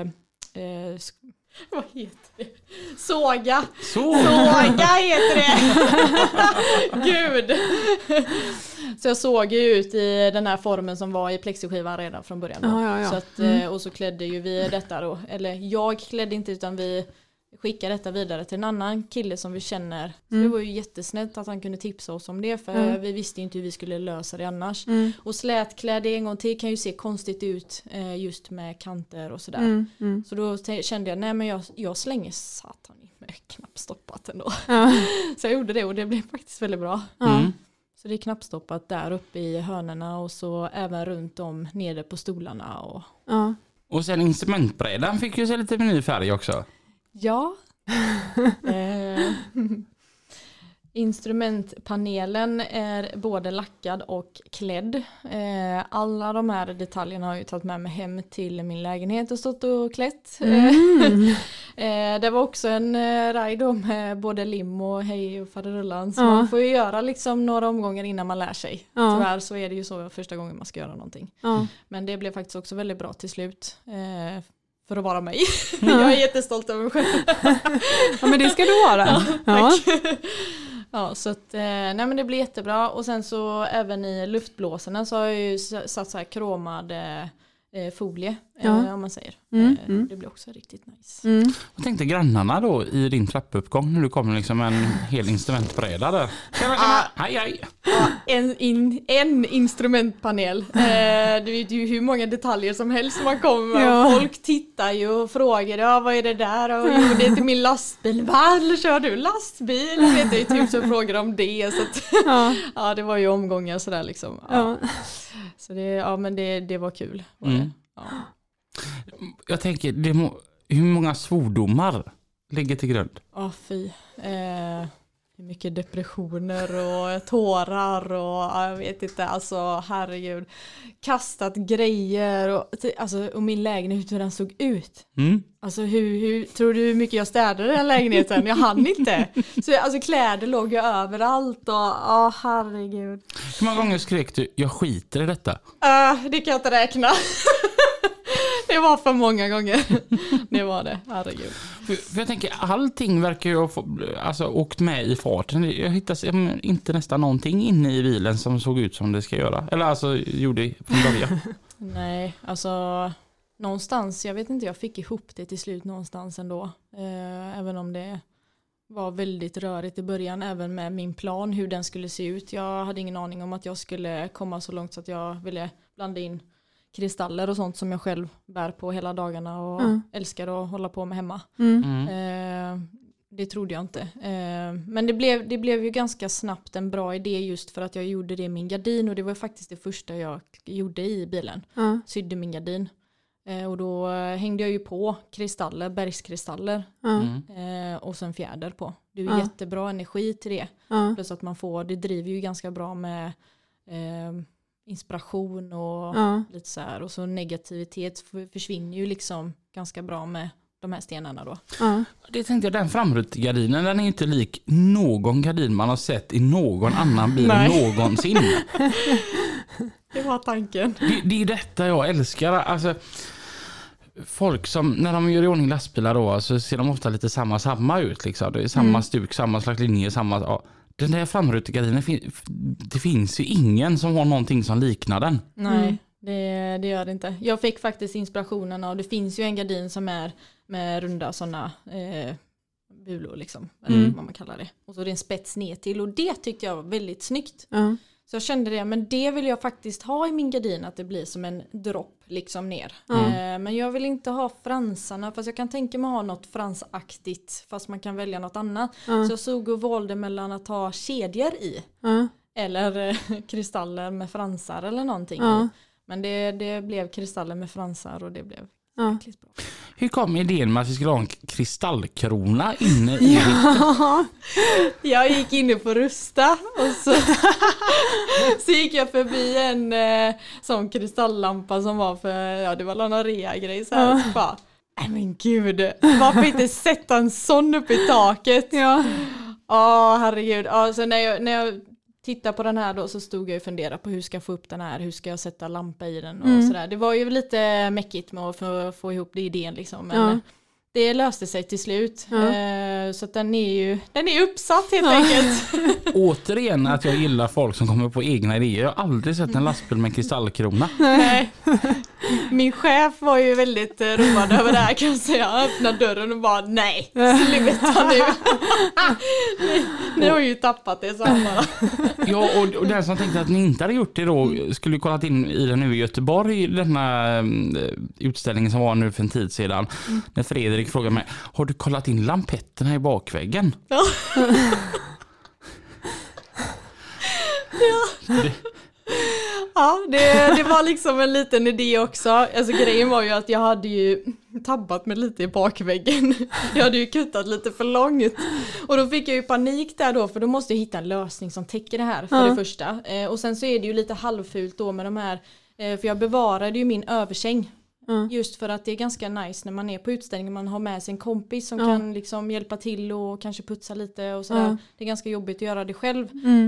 vad heter det? Såga heter det. Gud. Så jag såg ju ut i den här formen som var i plexiskivan redan från början. Så att, och så klädde ju vi detta då. Eller jag klädde inte utan vi skickade detta vidare till en annan kille som vi känner. Så det var ju jättesnällt att han kunde tipsa oss om det. För vi visste inte hur vi skulle lösa det annars. Och slätklädd en gång till kan ju se konstigt ut just med kanter och sådär. Så då kände jag, nej men jag slänger satan i med knappstoppat ändå. Så jag gjorde det och det blev faktiskt väldigt bra. Så det är knappstoppat där uppe i hörnerna och så även runt om nere på stolarna.
Och sen instrumentbrädan fick ju se lite ny färg också.
Ja. Instrumentpanelen är både lackad och klädd. Alla de här detaljerna har jag tagit med mig hem till min lägenhet och stått och klätt. Det var också en raj då med både lim och hej och faderullan. Så man får ju göra liksom några omgångar innan man lär sig. Tyvärr så är det ju så första gången man ska göra någonting. Men det blev faktiskt också väldigt bra till slut. För att vara mig. Jag är jättestolt över mig själv.
Ja, men det ska du vara.
Tack. Ja, så att, nej men det blir jättebra. Och sen så även i luftblåsarna så har jag ju satt så här kromad folie, om man säger. Det blir också riktigt nice.
Vad tänkte grannarna då i din trappuppgång när du kom liksom en hel instrumentbräda där? Hej.
Ja, en instrumentpanel. Du vet ju hur många detaljer som helst man kommer. Och folk tittar ju och frågar, vad är det där? Och det är till min lastbil. Eller kör du lastbil? Vet jag typ så frågar om det. Så att, det var ju omgångar sådär liksom. Så det var kul.
Jag tänker, hur många svordomar ligger till grund?
Fy. Hur mycket depressioner och tårar och jag vet inte, alltså herregud. Kastat grejer och min lägenhet, hur den såg ut. Alltså hur tror du hur mycket jag städade den lägenheten? Jag hann inte. Så alltså kläder låg ju överallt och herregud.
Hur många gånger skrek du, jag skiter i detta?
Det kan jag inte räkna. Det var för många gånger. Det var det, herregud.
För jag tänker, allting verkar ju ha åkt med i farten. Jag hittade inte nästan någonting inne i bilen som såg ut som det ska göra. Eller alltså gjorde från början.
Nej, alltså någonstans, jag vet inte, jag fick ihop det till slut någonstans ändå. Även om det var väldigt rörigt i början, även med min plan, hur den skulle se ut. Jag hade ingen aning om att jag skulle komma så långt så att jag ville blanda in kristaller och sånt som jag själv bär på hela dagarna och älskar att hålla på med hemma. Det trodde jag inte. Men det blev ju ganska snabbt en bra idé just för att jag gjorde det i min gardin och det var faktiskt det första jag gjorde i bilen. Sydde min gardin. Och då hängde jag ju på kristaller, bergskristaller och sen fjäder på. Det är ju jättebra energi till det. Plus att det driver ju ganska bra med inspiration och lite så här. Och så negativitet försvinner ju liksom ganska bra med de här stenarna då.
Det tänkte jag, den framrutegardinen, den är inte lik någon gardin man har sett i någon annan bil någonsin.
Det var tanken.
Det är detta jag älskar. Alltså, folk som, när de gör i ordning lastbilar då, så ser de ofta lite samma ut. Liksom. Det är samma stuk, samma slags linje, samma... Ja. Den där framrutegardinen, det finns ju ingen som har någonting som liknar den.
Nej, det gör det inte. Jag fick faktiskt inspirationen av, det finns ju en gardin som är med runda sådana bulor liksom, eller vad man kallar det. Och så är det en spets ner till och det tyckte jag var väldigt snyggt. Så jag kände det, men det vill jag faktiskt ha i min gardin, att det blir som en dropp liksom ner. Men jag vill inte ha fransarna, fast jag kan tänka mig ha något fransaktigt, fast man kan välja något annat. Så jag såg och valde mellan att ha kedjor i eller kristaller med fransar eller någonting i. Men det blev kristaller med fransar och det blev riktigt bra.
Hur kom idén med att vi skulle ha en kristallkrona inne i
Jag gick inne på Rusta och så gick jag förbi en sån kristalllampa som var för, det var någon rea-grej så här. Så bara, nej men gud, varför inte sätta en sån upp i taket? Herregud. Så när jag tittade på den här då så stod jag och funderade på hur ska jag få upp den här, hur ska jag sätta lampa i den och sådär. Det var ju lite mäckigt med att få ihop det idén liksom, men det löste sig till slut. Så att den är uppsatt helt enkelt.
Återigen att jag gillar folk som kommer på egna idéer. Jag har aldrig sett en lastbil med kristallkrona.
Nej. Min chef var ju väldigt road över det här, kan jag säga. Han öppnade dörren och bara, nej, sluta nu. Ni har ju tappat det, så bara.
Ja, och den som tänkte att ni inte hade gjort det då skulle ju kollat in i den nu i Göteborg, denna utställningen som var nu för en tid sedan. När Fredrik frågade mig, har du kollat in lampetterna i bakväggen?
Ja. Det var liksom en liten idé också. Alltså grejen var ju att jag hade ju tabbat mig lite i bakväggen. Jag hade ju kuttat lite för långt. Och då fick jag ju panik där då, för då måste jag hitta en lösning som täcker det här för det första. Och sen så är det ju lite halvfult då med de här, för jag bevarade ju min översäng. Just för att det är ganska nice när man är på utställningen, man har med sig en kompis som kan liksom hjälpa till och kanske putsa lite och sådär. Det är ganska jobbigt att göra det själv.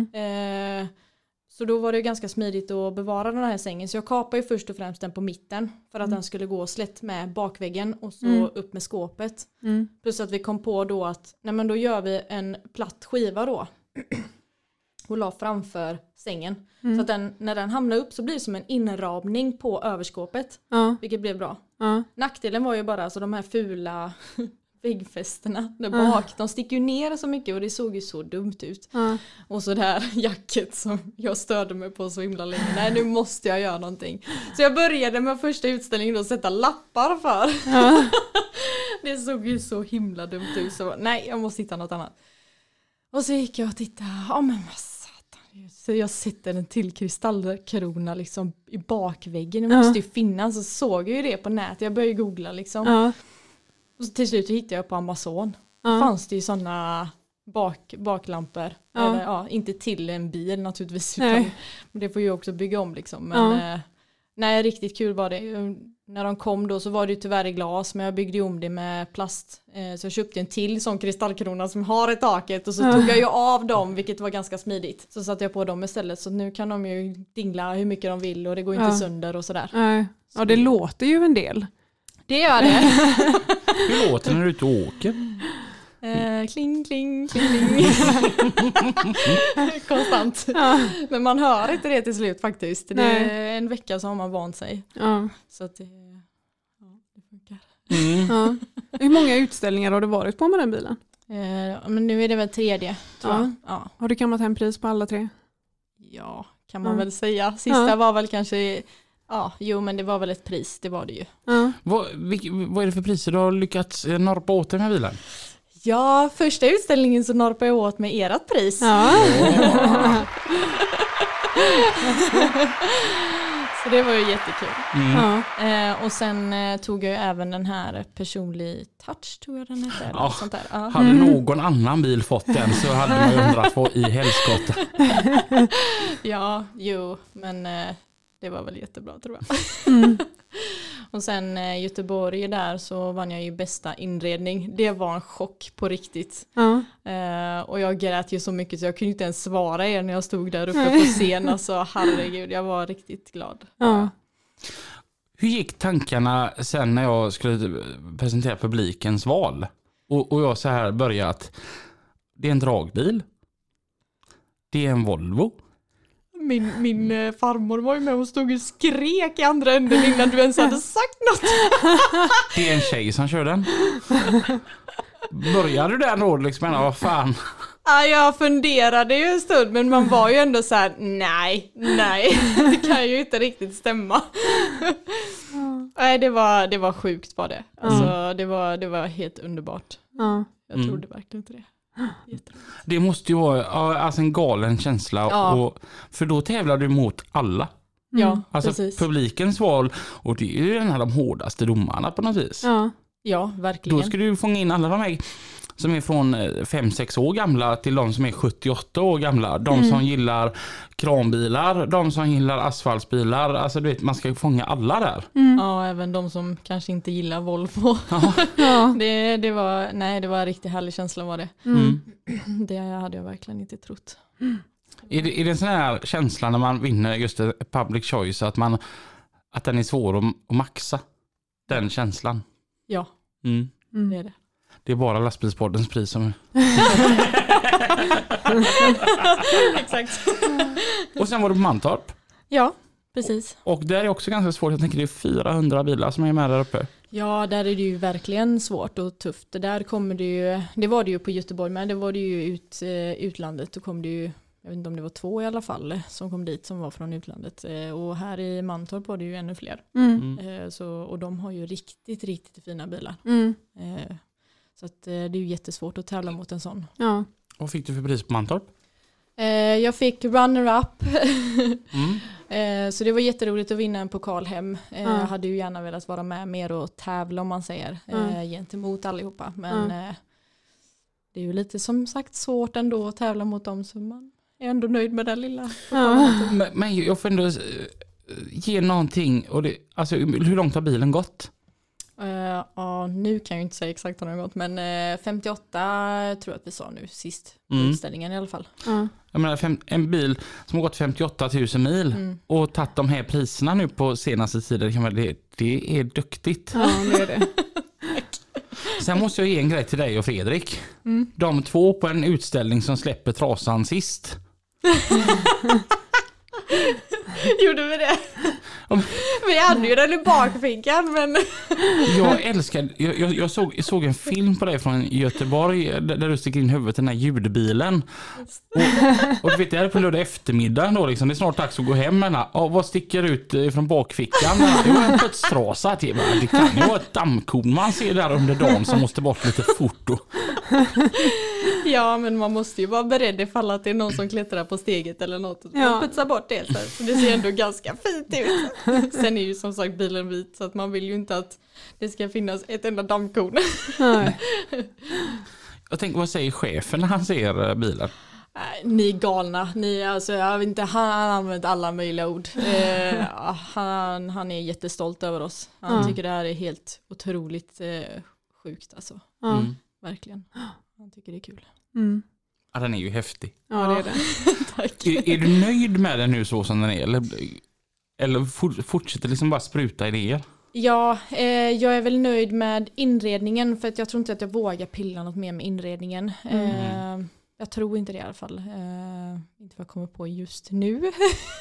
Så då var det ganska smidigt att bevara den här sängen. Så jag kapade ju först och främst den på mitten för att den skulle gå slätt med bakväggen och så upp med skåpet. Plus att vi kom på då att nej men då gör vi en platt skiva då och la framför sängen. Så att när den hamnar upp så blir det som en inramning på överskåpet. Vilket blev bra. Nackdelen var ju bara alltså de här fula väggfästena där bak. De sticker ju ner så mycket och det såg ju så dumt ut. Och så det här jacket som jag störde mig på så himla länge. Nej, nu måste jag göra någonting. Så jag började med första utställningen att sätta lappar för. Det såg ju så himla dumt ut. Så nej, jag måste hitta något annat. Och så gick jag och tittade. Men vad satan. Så jag sätter en till kristallkrona liksom i bakväggen. Det måste ju finnas. Så såg jag ju det på nätet. Jag började googla liksom. Och så till slut hittade jag på Amazon. Fanns det ju sådana baklampor. Eller, inte till en bil naturligtvis. Utan det får ju också bygga om liksom. Men nej, riktigt kul var det. När de kom då så var det ju tyvärr i glas. Men jag byggde om det med plast. Så jag köpte en till sån kristallkrona som har i taket. Och så tog jag ju av dem, vilket var ganska smidigt. Så satte jag på dem istället. Så nu kan de ju dingla hur mycket de vill. Och det går inte sönder och sådär.
Ja, det låter ju en del.
Det gör det.
Hur låter det när du är ute och åker?
Kling, kling, kling, kling. Konstant. Men man hör inte det till slut faktiskt. Det är en vecka så har man vant sig. Så att det funkar.
Hur många utställningar har du varit på med den bilen?
Men nu är det väl 3:e, tror jag.
Har du kammat hem pris på alla 3?
Ja, kan man väl säga. Sista var väl kanske... men det var väl ett pris, det var det ju.
Vad är det för priser du har lyckats norpa åt den här bilen?
Ja, första utställningen så norpade jag åt med ert pris. Så det var ju jättekul. Och sen tog jag ju även den här personlig touch, tror jag den heter. Eller sånt där.
Hade någon annan bil fått den så hade man undrat på i helskott.
Men... det var väl jättebra, tror jag. Och sen Göteborg där så vann jag ju bästa inredning. Det var en chock på riktigt. Och jag grät ju så mycket så jag kunde inte ens svara er när jag stod där uppe på scen. Alltså herregud, jag var riktigt glad.
Hur gick tankarna sen när jag skulle presentera publikens val? Och jag så här började att det är en dragbil. Det är en Volvo.
Min farmor var ju med och stod och skrek i andra änden innan du ens hade sagt något.
Det är en tjej som kör den. Började du där då liksom, vad fan?
Jag funderade ju en stund, men man var ju ändå så här: nej, det kan ju inte riktigt stämma. Nej, det var sjukt var det. Alltså, det var helt underbart. Jag trodde verkligen inte det.
Det måste ju vara alltså en galen känsla. Och, för då tävlar du mot alla.
Ja,
alltså
precis.
Publikens val, och det är ju en av de hårdaste domarna på något vis.
Ja, verkligen.
Då ska du fånga in alla de här som är från 5-6 år gamla till de som är 78 år gamla. De som gillar kranbilar, de som gillar asfaltsbilar. Alltså du vet, man ska fånga alla där.
Ja, även de som kanske inte gillar Volvo. Det var en riktigt härlig känsla var det. Det hade jag verkligen inte trott.
Är det en sån här känsla när man vinner just public choice att den är svår att maxa? Den känslan.
Ja, det är det.
Det är bara lastbilspoddens pris som...
Exakt.
Och sen var det på Mantorp.
Ja, precis.
Och där är också ganska svårt. Jag tänker det är 400 bilar som är med där uppe.
Ja, där är det ju verkligen svårt och tufft. Där kommer det var det ju på Göteborg, men det var det ju utlandet. Då kom det ju, jag vet inte om det var 2 i alla fall som kom dit som var från utlandet. Och här i Mantorp var det ju ännu fler. Och de har ju riktigt, riktigt fina bilar. Så att, det är ju jättesvårt att tävla mot en sån.
Ja.
Vad fick du för pris på Mantorp?
Jag fick runner-up. Så det var jätteroligt att vinna en pokal hem. Jag hade ju gärna velat vara med mer och tävla om man säger. Gentemot allihopa. Men det är ju lite som sagt svårt ändå att tävla mot dem. Så man är ändå nöjd med den lilla.
Men jag får ändå ge någonting. Och det, alltså, hur långt har bilen gått?
Nu kan jag inte säga exakt hur den har gått, men 58 tror jag att vi sa nu sist på utställningen i alla fall.
Jag menar, en bil som har gått 58 000 mil och tagit de här priserna nu på senaste tiden, det är duktigt.
Ja, det är det.
Sen måste jag ge en grej till dig och Fredrik. De 2 på en utställning som släpper trasan sist.
Gjorde vi det? Vi hade ju den i bakfickan, men...
Jag älskar... Jag såg en film på dig från Göteborg där du sticker in huvudet i den här ljudbilen. Och du vet, det är på lördag eftermiddag då liksom. Det är snart dags att gå hem. Men vad sticker ut från bakfickan? Det var en puttstrasa. Det kan ju vara ett dammkorn man ser där under dagen som måste bort lite fort.
Ja, men man måste ju vara beredd ifall att det är någon som klättrar på steget eller något. Och man putsar bort det. Så det ser ändå ganska fint ut. Sen är ju som sagt bilen vit, så att man vill ju inte att det ska finnas ett enda dammkorn.
Nej.
Jag tänker, vad säger chefen när han ser bilen?
Ni är galna. Alltså, jag vet inte, han har använt alla möjliga ord. Han är jättestolt över oss. Han tycker det här är helt otroligt sjukt. Alltså. Verkligen. Han tycker det är kul.
Ja, den är ju häftig.
Ja, det är det.
Tack.
Är du nöjd med den nu så som den är? Eller fortsätter liksom bara spruta idéer?
Ja, jag är väl nöjd med inredningen, för att jag tror inte att jag vågar pilla något mer med inredningen. Jag tror inte det i alla fall. Inte vad jag kommer på just nu.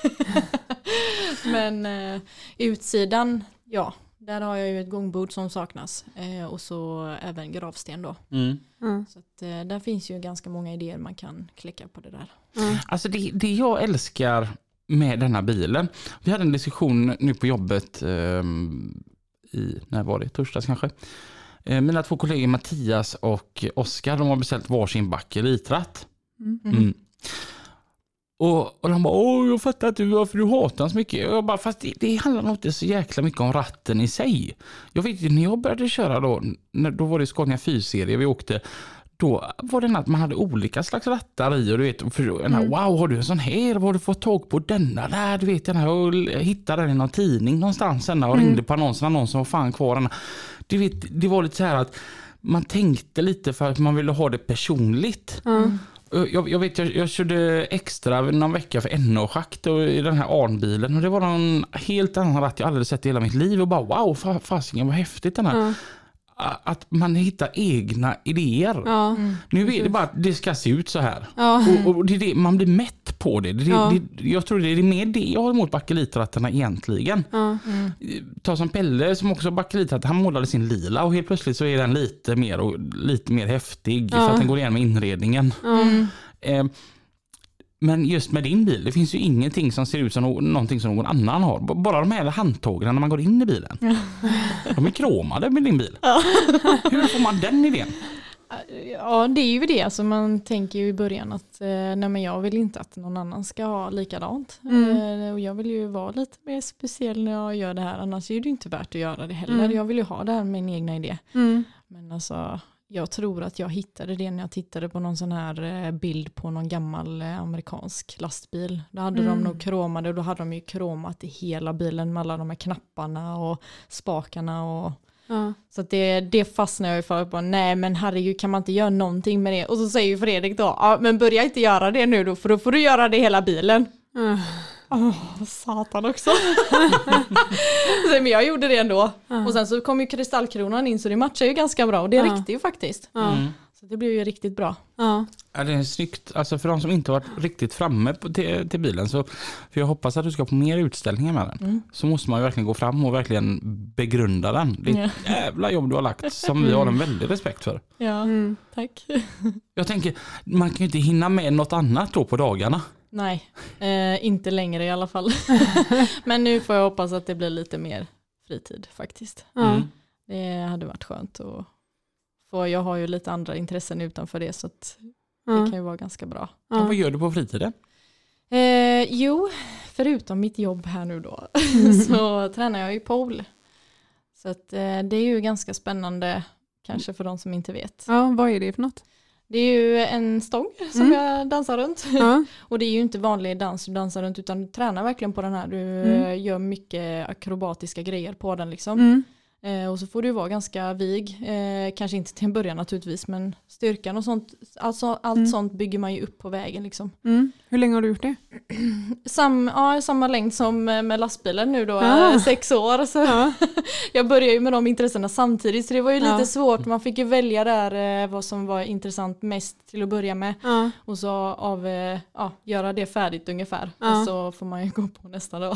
Men utsidan, ja. Där har jag ju ett gångbord som saknas. Och så även gravsten då. Så att, där finns ju ganska många idéer man kan klicka på det där.
Alltså det jag älskar med denna bilen. Vi hade en diskussion nu på jobbet när var det? Torsdags kanske. Mina 2 kollegor Mattias och Oskar, de har beställt varsin backelitratt. Och de bara, jag fattar inte varför du hatar den så mycket. Och jag bara, fast det handlar nog inte så jäkla mycket om ratten i sig. Jag vet ju, när jag började köra då var det Scania 4-serie vi åkte. Då var det att man hade olika slags rattar i, och du vet, wow, har du en sån här? Vad har du fått tag på denna där? Du vet, jag hittade den i någon tidning någonstans och ringde på annonsen var fan kvar den. Du vet, det var lite så här att man tänkte lite för att man ville ha det personligt. Jag körde extra någon vecka för NO-schakt i den här Arnbilen, och det var en helt annan ratt jag aldrig sett i hela mitt liv, och bara wow, fasiken vad häftigt den här. Att man hittar egna idéer. Nu är det bara att det ska se ut så här. Och det är det, man blir mätt på det. Jag tror det är mer det jag har emot bakelitrattarna egentligen. Ta som Pelle som också har bakelitratt. Han målade sin lila och helt plötsligt så är den lite mer häftig för att den går igen med inredningen. Men just med din bil, det finns ju ingenting som ser ut som någonting som någon annan har. Bara de här handtagen när man går in i bilen. De är kromade med din bil. Hur får man den idén?
Ja, det är ju det. Alltså man tänker ju i början att nej, men jag vill inte att någon annan ska ha likadant. Och jag vill ju vara lite mer speciell när jag gör det här. Annars är det inte värt att göra det heller. Jag vill ju ha det här med min egna idé. Men alltså, jag tror att jag hittade det när jag tittade på någon sån här bild på någon gammal amerikansk lastbil. Då hade de nog kromade, och då hade de ju kromat i hela bilen med alla de här knapparna och spakarna och... Så att det fastnar jag ju för på. Nej, men herregud, kan man inte göra någonting med det? Och så säger ju Fredrik då, ja, men börja inte göra det nu då, för då får du göra det hela bilen. Satan också. Men jag gjorde det ändå. Och sen så kom ju kristallkronan in, så det matchar ju ganska bra. Och det räckte ju faktiskt. Så det blev ju riktigt bra.
Ja, det är snyggt. Alltså för de som inte varit riktigt framme till bilen, så för jag hoppas att du ska på mer utställningar med den, så måste man ju verkligen gå fram och verkligen begrunda den. Det är ett jävla jobb du har lagt som vi har en väldig respekt för.
Ja, tack.
Jag tänker, man kan ju inte hinna med något annat då på dagarna.
Nej, inte längre i alla fall. Men nu får jag hoppas att det blir lite mer fritid faktiskt. Det hade varit skönt. För jag har ju lite andra intressen utanför det, så att det kan ju vara ganska bra.
Vad gör du på fritiden?
Jo, förutom mitt jobb här nu då, så tränar jag ju pole. Så att, det är ju ganska spännande, kanske för de som inte vet.
Ja, vad är det för något?
Det är ju en stång som jag dansar runt. Och det är ju inte vanlig dans du dansar runt, utan du tränar verkligen på den här. Du gör mycket akrobatiska grejer på den liksom. Och så får du vara ganska vig. Kanske inte till en början naturligtvis, men styrkan och sånt. Alltså, allt sånt bygger man ju upp på vägen liksom.
Hur länge har du gjort det?
Samma längd som med lastbilen nu då, 6 år. Så jag började ju med de intressena samtidigt, så det var ju lite svårt. Man fick ju välja där vad som var intressant mest till att börja med. Och så göra det färdigt ungefär. Och så får man ju gå på nästa dag.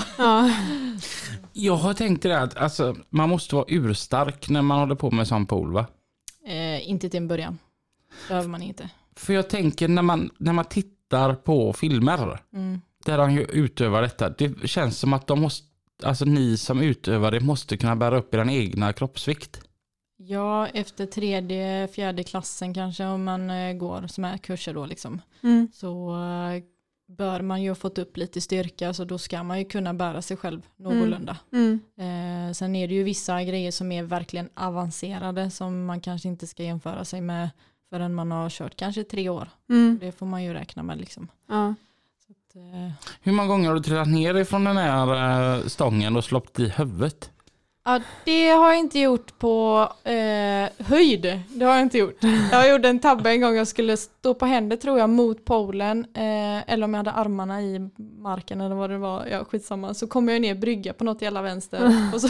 Jag har tänkt det att alltså, man måste vara urstark när man håller på med sån pole, va?
Inte till en början. Det behöver man inte.
För jag tänker när man tittar på filmer där de ju utövar detta, det känns som att de måste, alltså ni som utövar det måste kunna bära upp er egna kroppsvikt.
Ja, efter 3:e, 4:e klassen kanske, om man går som är kurser då liksom. Så bör man ju ha fått upp lite styrka, så då ska man ju kunna bära sig själv någorlunda. Sen är det ju vissa grejer som är verkligen avancerade som man kanske inte ska jämföra sig med förrän man har kört kanske 3 år. Det får man ju räkna med liksom. Så att,
hur många gånger har du trillat ner ifrån den här stången och slått i huvudet?
Ja, det har jag inte gjort på höjd. Det har jag inte gjort. Jag gjorde en tabbe en gång. Jag skulle stå på händer tror jag mot polen. Eller om jag hade armarna i marken eller vad det var. Ja, skitsamma. Så kom jag ner brygga på något jävla vänster. Och, så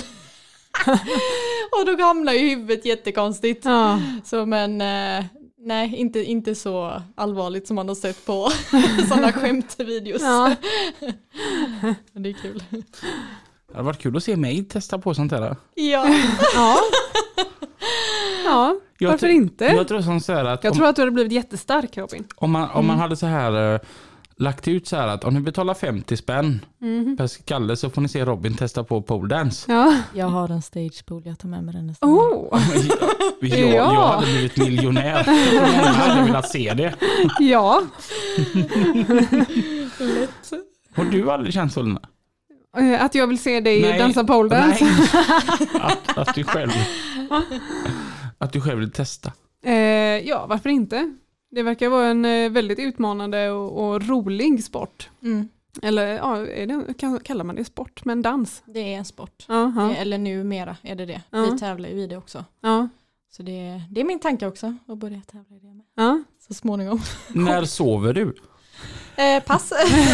och då hamnade ju huvudet jättekonstigt. Så men nej, inte så allvarligt som man har sett på sådana skämtvideos. Men det är kul.
Det hade varit kul att se mig testa på sånt här.
Ja.
Varför inte?
Jag tror så här att
jag tror att du hade blivit jättestark, Robin.
Om man hade så här lagt ut så här att om ni betalar 50 spänn per skalle så får ni se Robin testa på pole dance.
Jag har en stage pool, jag tar med mig den nästan.
Jag hade blivit miljonär. Jag hade velat se det.
Ja.
Lätt.
Har du aldrig känt så, Lina?
Att jag vill se dig dansa pole dance?
Att du själv vill testa.
Ja, varför inte? Det verkar vara en väldigt utmanande och rolig sport. Eller kallar man det sport, men dans?
Det är en sport. Eller numera är det. Vi tävlar ju i det också. Så det är min tanke också att börja tävla i det med. Så småningom.
När sover du?
Pass.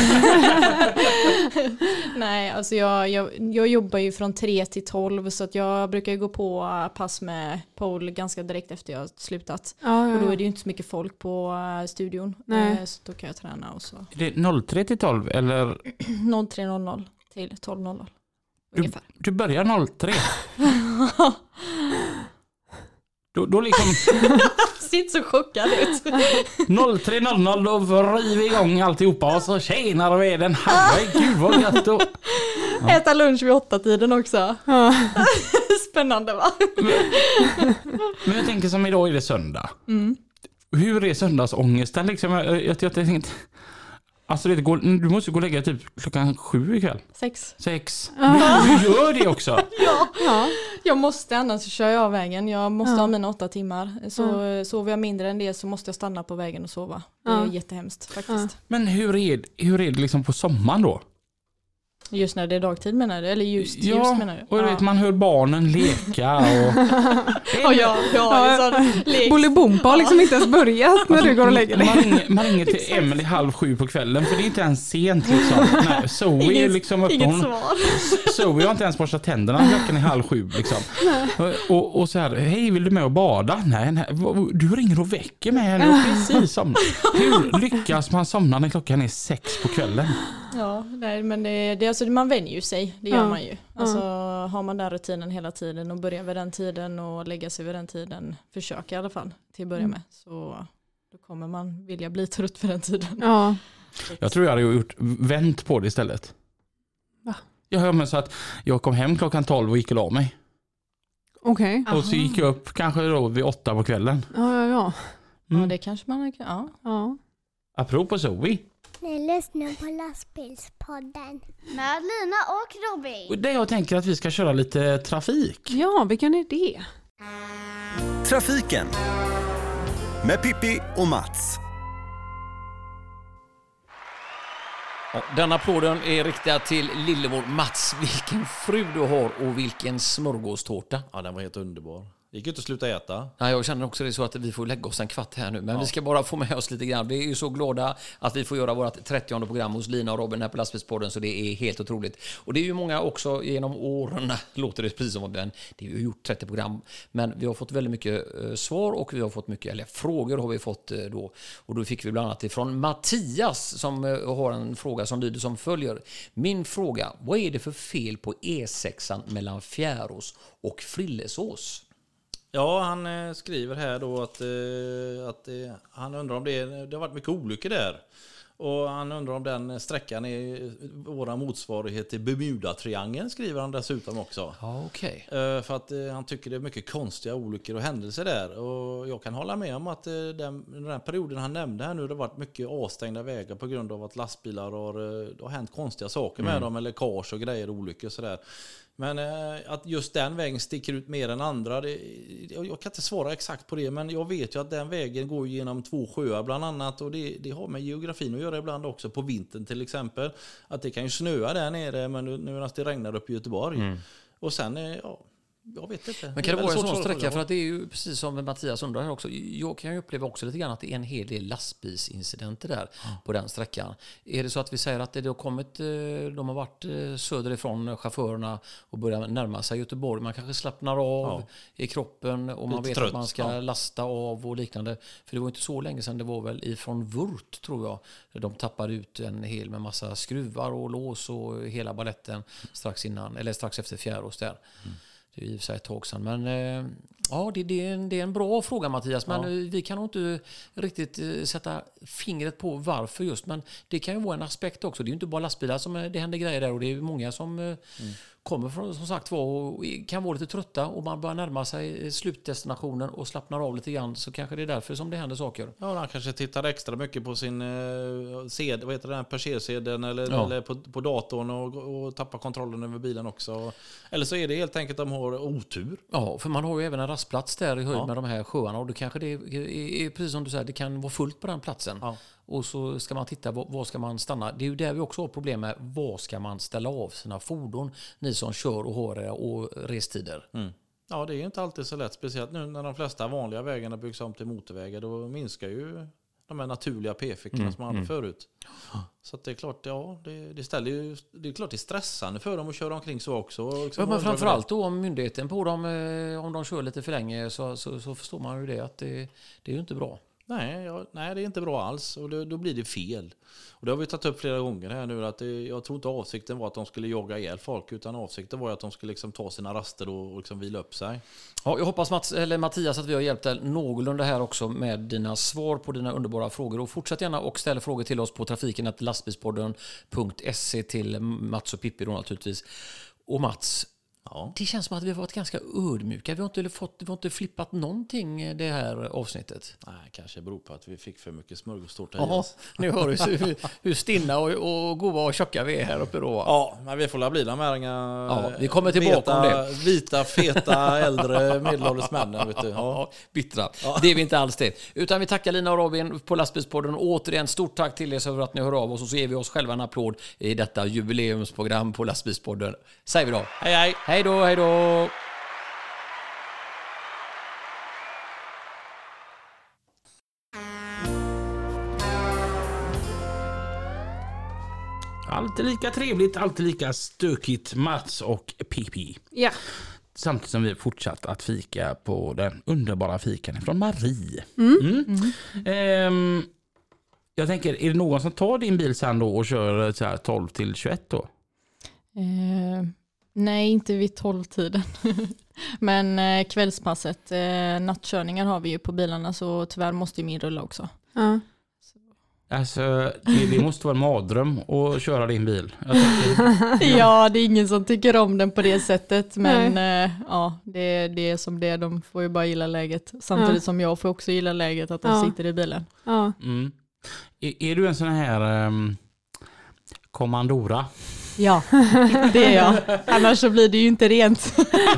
Nej, alltså jag jobbar ju från 3 till 12, så att jag brukar ju gå på pass med pole ganska direkt efter jag har slutat. Och då är det ju inte så mycket folk på studion. Så då kan jag träna och så.
Är det 03 till 12 eller?
03.00 till 12.00.
Du börjar 03? Då liksom
ser inte så chockad ut.
03.00 då vriver vi igång alltihopa och så tjänar vi den. Herregud vad gött då.
Äta lunch vid 8-tiden också. Spännande va?
Men jag tänker som idag är det söndag. Hur är söndagsångesten liksom? Jag tänkte, alltså du måste gå och lägga typ 7 ikväll. 6. Du gör det också?
Ja. Jag måste, annars kör jag av vägen. Jag måste ha mina 8 timmar. Så sover jag mindre än det så måste jag stanna på vägen och sova. Det är jättehemskt faktiskt.
Men hur är det liksom på sommaren då?
Just när det är dagtid menar du? Eller ljus menar du?
Och du vet, man hör barnen leka och...
Bolibompa har liksom inte ens börjat när du går och lägger dig.
Man ringer till Emily 6:30 på kvällen, för det är inte ens sent liksom. Nej, Zoe är liksom uppe.
Inget svar.
Zoe har inte ens borstat tänderna, klockan är 6:30 liksom. Och så här, hej, vill du med och bada? Nej, du ringer och väcker mig här nu, precis somna. Hur lyckas man somna när klockan är 6 på kvällen?
Ja, nej, men det alltså, man vänjer ju sig, det gör man ju. Alltså, har man den rutinen hela tiden och börjar vid den tiden och lägga sig vid den tiden, försöka i alla fall till att börja med, så då kommer man vilja bli trött vid den tiden.
Ja.
Jag tror jag hade vänt på det istället.
Va?
Jag hör mig så att jag kom hem klockan 12 och gick och la mig.
Okej.
Och så gick jag upp kanske då vid 8 på kvällen.
Ja.
Ja, det kanske man kan.
Ja.
Apropå Zoe.
Ni lyssnar på Lastbilspodden med Lina och Robin.
Det jag tänker att vi ska köra lite trafik.
Ja, vilken är det?
Trafiken med Pippi och Mats.
Ja, denna applåden är riktad till lillemor Mats. Vilken fru du har och vilken smörgåstårta.
Ja, den var helt underbar. Det gick ju inte att sluta äta.
Ja, jag känner också det så att vi får lägga oss en kvart här nu. Men vi ska bara få med oss lite grann. Vi är ju så glada att vi får göra vårt 30:e program hos Lina och Robin här på Lastbilspodden. Så det är helt otroligt. Och det är ju många också genom åren, låter det precis som att vi har gjort 30 program. Men vi har fått väldigt mycket svar och vi har fått mycket, eller frågor har vi fått då. Och då fick vi bland annat ifrån Mattias som har en fråga som lyder som följer. Min fråga, vad är det för fel på E6 mellan Fjärås och Frillesås?
Ja, han skriver här då att han undrar om det har varit mycket olyckor där. Och han undrar om den sträckan är våra motsvarighet till Bermuda-triangeln, skriver han dessutom också.
Ja, okej.
För att han tycker det är mycket konstiga olyckor och händelser där. Och jag kan hålla med om att den här perioden han nämnde här nu, det har varit mycket avstängda vägar på grund av att lastbilar har hänt konstiga saker med dem, eller läckage och grejer och olyckor och sådär. Men att just den vägen sticker ut mer än andra, jag kan inte svara exakt på det, men jag vet ju att den vägen går genom 2 sjöar bland annat, och det har med geografin att göra ibland också, på vintern till exempel. Att det kan ju snöa där nere, men nu när det regnar upp i Göteborg. Och sen, jag vet inte.
Men kan det vara en sån sträcka, för att det är ju precis som Mattias undrar här också. Jag kan ju uppleva också lite grann att det är en hel del lastbilsincidenter där på den sträckan. Är det så att vi säger att det har kommit, de har varit söderifrån chaufförerna och börjar närma sig Göteborg. Man kanske slappnar av i kroppen och man vet trött, att man ska lasta av och liknande. För det var inte så länge sedan, det var väl ifrån Wurt tror jag. De tappade ut en hel med massa skruvar och lås och hela balletten strax efter Fjärås där. Det är i och för sig ett tag sedan. Men ja, det är en bra fråga Mattias. Men vi kan nog inte riktigt sätta fingret på varför just. Men det kan ju vara en aspekt också. Det är ju inte bara lastbilar som det händer grejer där. Och det är många som kommer från, som sagt var, och kan vara lite trötta. Och man börjar närma sig slutdestinationen och slappnar av lite grann. Så kanske det är därför som det händer saker.
Ja, han kanske tittar extra mycket på sin passersedeln eller på datorn och tappar kontrollen över bilen också. Eller så är det helt enkelt att de har otur.
Ja, för man har ju även en rastplats där i höjd med de här sjöarna. Och då kanske det är precis som du säger, det kan vara fullt på den platsen. Ja. Och så ska man titta, var ska man stanna? Det är ju där vi också har problem med, var ska man ställa av sina fordon? Ni som kör och har och restider.
Ja, det är inte alltid så lätt. Speciellt nu när de flesta vanliga vägarna byggs om till motorvägar. Då minskar ju de här naturliga p-fickorna som man hade förut. Så att det är klart, det är klart det är stressande för dem att köra omkring så också. Liksom,
men framförallt då om myndigheten på dem, om de kör lite för länge så förstår man ju det, att det är ju inte bra.
Nej, det är inte bra alls och då blir det fel. Och det har vi tagit upp flera gånger här nu att jag tror inte avsikten var att de skulle jaga ihjäl folk utan avsikten var att de skulle liksom ta sina raster och liksom vila upp sig.
Ja, jag hoppas Mattias att vi har hjälpt dig någorlunda här också med dina svar på dina underbara frågor och fortsätt gärna och ställa frågor till oss på trafiken@lastbilspodden.se till Mats och Pippi då naturligtvis. Och Mats, det känns som att vi har varit ganska ödmjuka. Vi har inte flippat någonting det här avsnittet.
Nej, kanske beror på att vi fick för mycket smörgåstårta i
Ja,
oss.
nu hör du hur stinna och goda och tjocka vi är här uppe då.
Ja, men vi får bli de här
vi kommer tillbaka om det.
Vita, feta, äldre, medelålders männen. Vet du.
Ja. Bittra. Ja. Det är vi inte alls det. Utan vi tackar Lina och Robin på Lastbilspodden. Återigen, stort tack till er för att ni hör av oss och så ger vi oss själva en applåd i detta jubileumsprogram på Lastbilspodden. Säger vi då.
Hej, hej.
Hej då, hej då.
Alltid lika trevligt, alltid lika stökigt, Mats och Pippi.
Ja.
Samtidigt som vi fortsatt att fika på den underbara fikan från Marie. Jag tänker, är det någon som tar din bil sen då och kör så här 12 till 21 då?
Nej, inte vid 12-tiden. Men kvällspasset, nattkörningar har vi ju på bilarna så tyvärr måste ju min rulla också.
Ja.
Alltså, det måste vara en mardröm att köra din bil.
Ja, det är ingen som tycker om den på det sättet. Men ja, det är som det. De får ju bara gilla läget. Samtidigt som jag får också gilla läget att de sitter i bilen.
Ja.
Mm. Är du en sån här kommandora?
Ja, det är jag. Annars så blir det ju inte rent.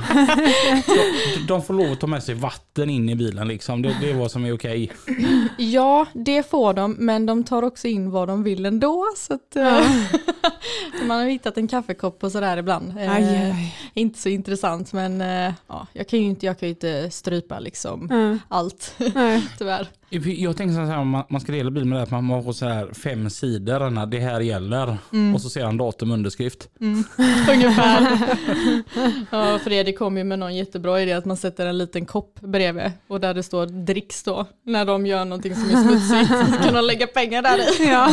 De får lov att ta med sig vatten in i bilen liksom. Det är vad som är okej.
Ja, det får de. Men de tar också in vad de vill ändå. Så att, man har hittat en kaffekopp och sådär ibland. Inte så intressant. Men jag kan ju inte strypa liksom allt. Tyvärr.
Jag tänker så här, man ska dela bil med det att man får så här 5 sidor när det här gäller. Och så ser han datum underskrift.
Ungefär. Ja, Fredrik kom ju med någon jättebra idé att man sätter en liten kopp bredvid och där det står dricks då. När de gör någonting som är smutsigt så kan de lägga pengar där i. Ja.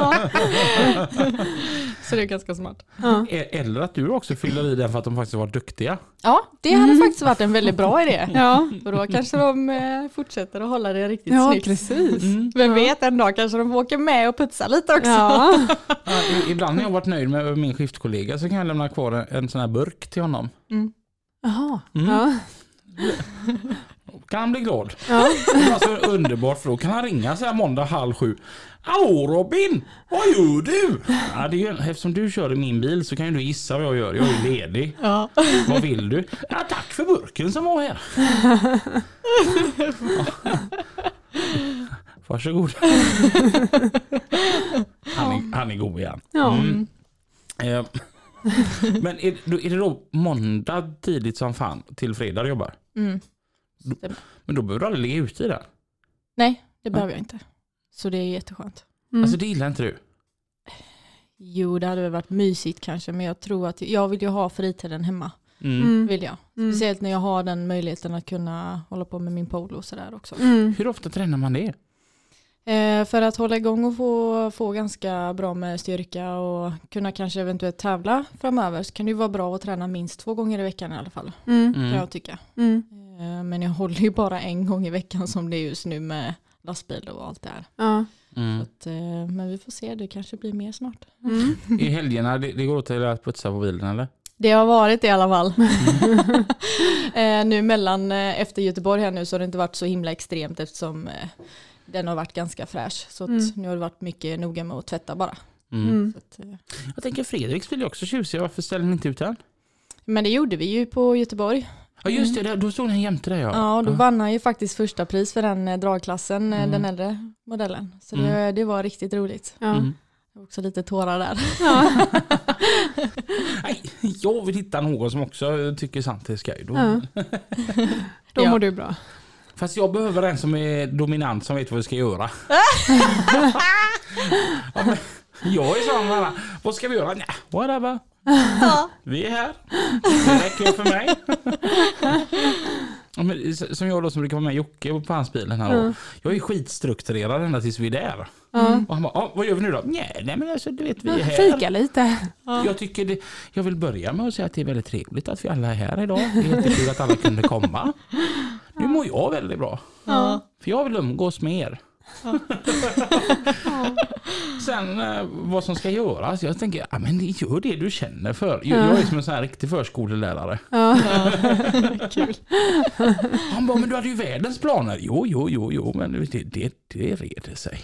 Så det är ganska smart.
Ja. Eller att du också fyller i den för att de faktiskt var duktiga.
Ja, det hade faktiskt varit en väldigt bra idé. Ja. Och då kanske de fortsätter att hålla det riktigt snyggt.
Precis.
Vem vet, en dag kanske de åker med och putsar lite också.
Ja.
Ibland när jag har varit nöjd med min skiftkollega så kan jag lämna kvar en sån här burk till honom.
Jaha. Ja.
Kan han bli glad? Ja. Det var så underbart för då kan han ringa så här måndag 6:30. Hallå Robin, vad gör du? Ja, det är, eftersom du kör i min bil så kan ju du gissa vad jag gör. Jag är ledig. Ja. Vad vill du? Ja, tack för burken som var här. Ja. Varsågod. Han är god igen. Ja. Men är det då måndag tidigt som fan till fredag jobbar? Men då behöver du aldrig ligga ute i den.
Nej, det behöver jag inte. Så det är jätteskönt.
Alltså det gillar inte du?
Jo, det hade väl varit mysigt kanske. Men jag tror att jag vill ju ha fritiden hemma. Vill jag. Speciellt när jag har den möjligheten att kunna hålla på med min polo och sådär också.
Hur ofta tränar man det?
För att hålla igång och få ganska bra med styrka och kunna kanske eventuellt tävla framöver så kan det ju vara bra att träna minst 2 gånger i veckan i alla fall. Kan jag tycka. Men jag håller ju bara 1 gång i veckan som det är just nu med lastbil och allt det här. Så att, men vi får se, det kanske blir mer snart.
I helgerna, det går till att putsa på bilen eller?
Det har varit det i alla fall. Nu efter Göteborg här nu så har det inte varit så himla extremt eftersom den har varit ganska fräsch. Så att nu har det varit mycket noga med att tvätta bara. Så att,
jag tänker Fredriks bil är också tjusig. Varför ställer ni inte ut den?
Men det gjorde vi ju på Göteborg.
Ja just det, då stod den jämte där.
Ja, då vann han ju faktiskt första pris för den dragklassen, den äldre modellen. Så det var riktigt roligt. Det var också lite tårar där.
Nej, jag vill hitta någon som också tycker sant är skoj.
Då mår du bra.
Fast jag behöver en som är dominant som vet vad vi ska göra. Jag är sån, vad ska vi göra? Nej, whatever. Vi är här. Det räcker för mig. Som jag då som brukar vara med Jocke på hans bilen här då. Jag är skitstrukturerad ända tills vi är där. Och han bara, vad gör vi nu då? Nej men alltså du vet vi är här.
Fika lite.
Jag vill börja med att säga att det är väldigt trevligt att vi alla är här idag. Det är jättekul att alla kunde komma. Nu mår jag väldigt bra. För jag vill umgås med er. Sen vad som ska göras, jag tänker men gör det du känner för. Jag är som en sån här riktig förskolelärare.
Kul.
Han bara, men du hade ju världens planer. Jo, men det reder sig.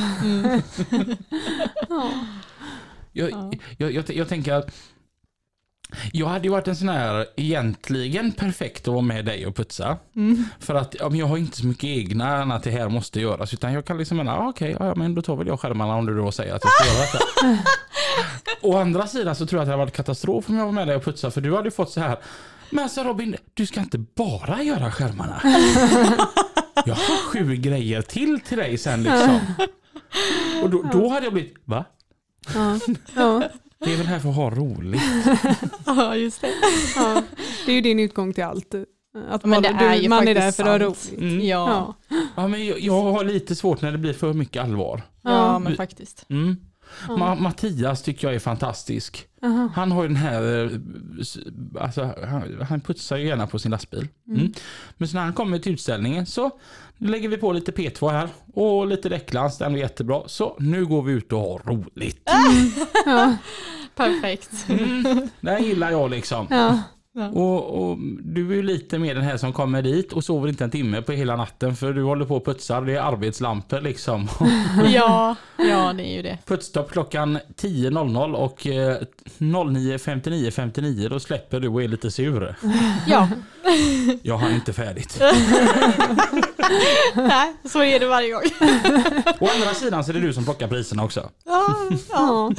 Jag tänker att jag hade ju varit en sån här egentligen perfekt att vara med dig och putsa. För att jag har inte så mycket egna att det här måste göras. Utan jag kan liksom men då tar väl jag skärmarna om du då säger att jag ska göra detta. Å andra sidan så tror jag att det hade varit katastrof om jag var med dig och putsa. För du hade ju fått så här, men alltså Robin, du ska inte bara göra skärmarna. Jag har 7 grejer till dig sen liksom. Och då hade jag blivit, va?
Ja.
Det är väl här för att ha roligt.
Ja, just det.
Ja, det är ju din utgång till allt. Att
men det är ju
man är där
faktiskt
för att ha
sant.
roligt.
Ja,
men jag har lite svårt när det blir för mycket allvar.
ja men faktiskt.
Mattias tycker jag är fantastisk. Han har ju den här, alltså, han putsar ju gärna på sin lastbil. Men så när han kommer till utställningen så lägger vi på lite P2 här och lite däcklans, den är jättebra. Så nu går vi ut och har roligt.
Perfekt.
Det gillar jag liksom. Och du är ju lite mer den här som kommer dit och sover inte en timme på hela natten för du håller på och putsar, det är arbetslampor liksom.
Ja, det är ju det.
Putsstopp klockan 10.00 och 09.59 då släpper du och är lite sur.
Ja.
Jag har inte färdigt.
Nej, så är det varje gång.
Å andra sidan så är det du som plockar priserna också.
Ja.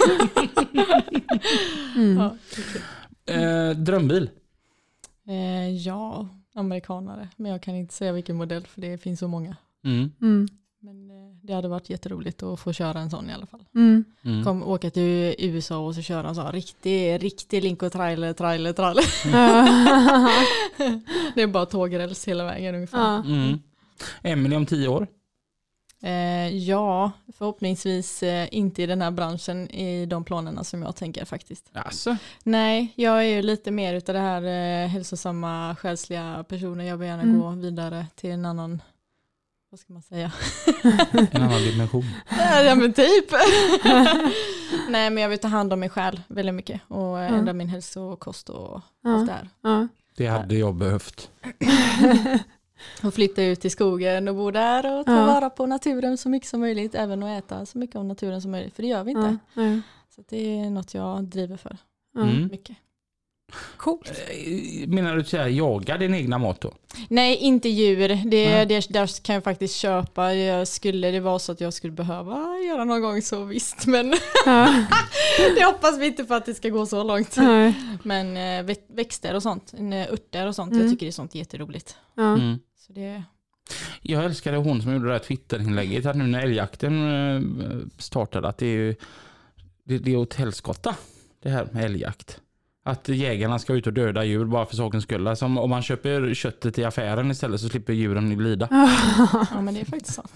Drömbil?
Ja, amerikanare. Men jag kan inte säga vilken modell för det finns så många. Men det hade varit jätteroligt att få köra en sån i alla fall. Åka till USA och så köra en sån riktig Lincoln trailer. Det är bara tågräls hela vägen ungefär.
Emily om 10 år?
Ja, förhoppningsvis inte i den här branschen i de planerna som jag tänker faktiskt.
Alltså.
Nej, jag är ju lite mer utav det här hälsosamma själsliga personer. Jag vill gärna gå vidare till en annan, vad ska man säga?
En annan dimension.
Ja men typ. Nej men jag vill ta hand om mig själv väldigt mycket och ändra min hälsokost och allt det här.
Det hade jag behövt.
Och flytta ut i skogen och bo där och ta vara på naturen så mycket som möjligt. Även att äta så mycket av naturen som möjligt. För det gör vi inte. Så det är något jag driver för. Mycket.
Coolt.
Menar du att säga jaga din egna mat då?
Nej, inte djur. Det där kan jag faktiskt köpa. Skulle det vara så att jag skulle behöva göra någon gång så visst. Men det hoppas vi inte för att det ska gå så långt. Men växter och sånt. Örter och sånt. Jag tycker det är sånt jätteroligt. Så det...
Jag älskade hon som gjorde det här Twitter-inlägget att nu när älgjakten startade att det är åt helskotta det här med älgjakt. Att jägarna ska ut och döda djur bara för sakens skull. Alltså om man köper köttet i affären istället så slipper djuren lida.
Ja, men det är faktiskt sant.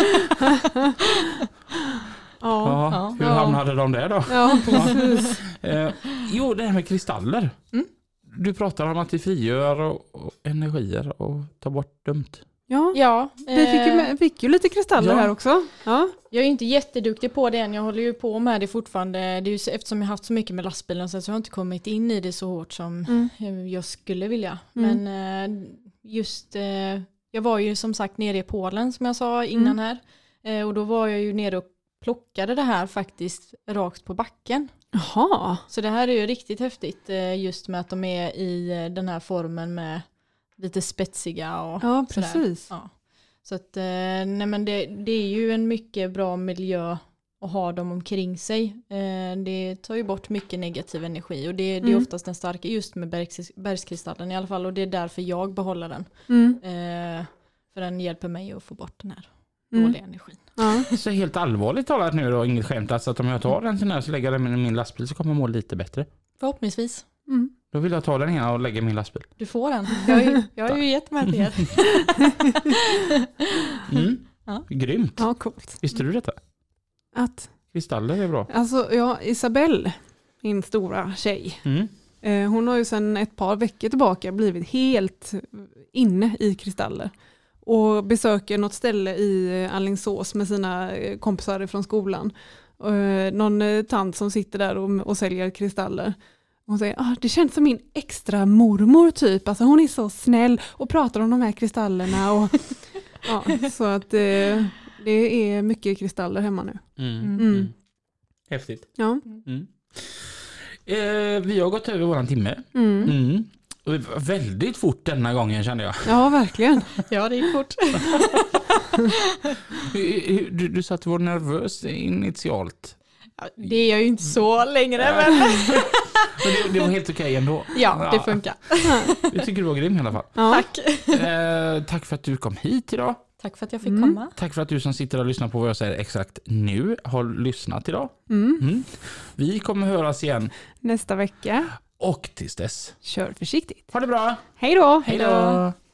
Hur hamnade de där då?
Ja, precis.
Jo, det här med kristaller. Du pratar om att det frigör och energier och tar bort dumt.
Ja,
Vi fick ju lite kristaller här också. Ja.
Jag är inte jätteduktig på det än. Jag håller ju på med det fortfarande. Det är ju så, eftersom jag har haft så mycket med lastbilen så jag har inte kommit in i det så hårt som jag skulle vilja. Men just, jag var ju som sagt nere i Polen som jag sa innan här. Och då var jag ju nere och plockade det här faktiskt rakt på backen.
Jaha.
Så det här är ju riktigt häftigt just med att de är i den här formen med lite spetsiga och
ja, precis.
Ja. Så att nej men det är ju en mycket bra miljö att ha dem omkring sig. Det tar ju bort mycket negativ energi och det är oftast den starka just med bergskristallen i alla fall och det är därför jag behåller den. För den hjälper mig att få bort den här dåliga energin.
Så helt allvarligt talat nu då, inget skämt, alltså att om jag tar den sån här så lägger jag den i min lastbil så kommer jag må lite bättre.
Förhoppningsvis.
Då vill jag ta den ena och lägga i min lastbil.
Du får den. Jag har ju gett mig till er.
Grymt.
Ja, coolt.
Visste du detta?
Att?
Kristaller är bra.
Alltså, Isabelle, min stora tjej. Hon har ju sedan ett par veckor tillbaka blivit helt inne i kristaller. Och besöker något ställe i Alingsås med sina kompisar från skolan. Någon tant som sitter där och säljer kristaller. Hon säger, det känns som min extra mormor typ. Alltså hon är så snäll och pratar om de här kristallerna. Och, så att det är mycket kristaller hemma nu.
Häftigt.
Ja.
Vi har gått över våran timme. Och det var väldigt fort denna gången kände jag.
Ja, verkligen.
Ja, det gick fort.
Du sa att du var nervös initialt.
Ja, det är jag ju inte så längre. Men
det var helt okej ändå.
Ja, det funkar.
Jag tycker du var grym i alla fall.
Ja.
Tack.
Tack för att du kom hit idag.
Tack för att jag fick komma.
Tack för att du som sitter och lyssnar på vad jag säger exakt nu har lyssnat idag. Vi kommer höras igen
nästa vecka.
Och tills dess.
Kör försiktigt.
Ha det bra.
Hej då.
Hej då.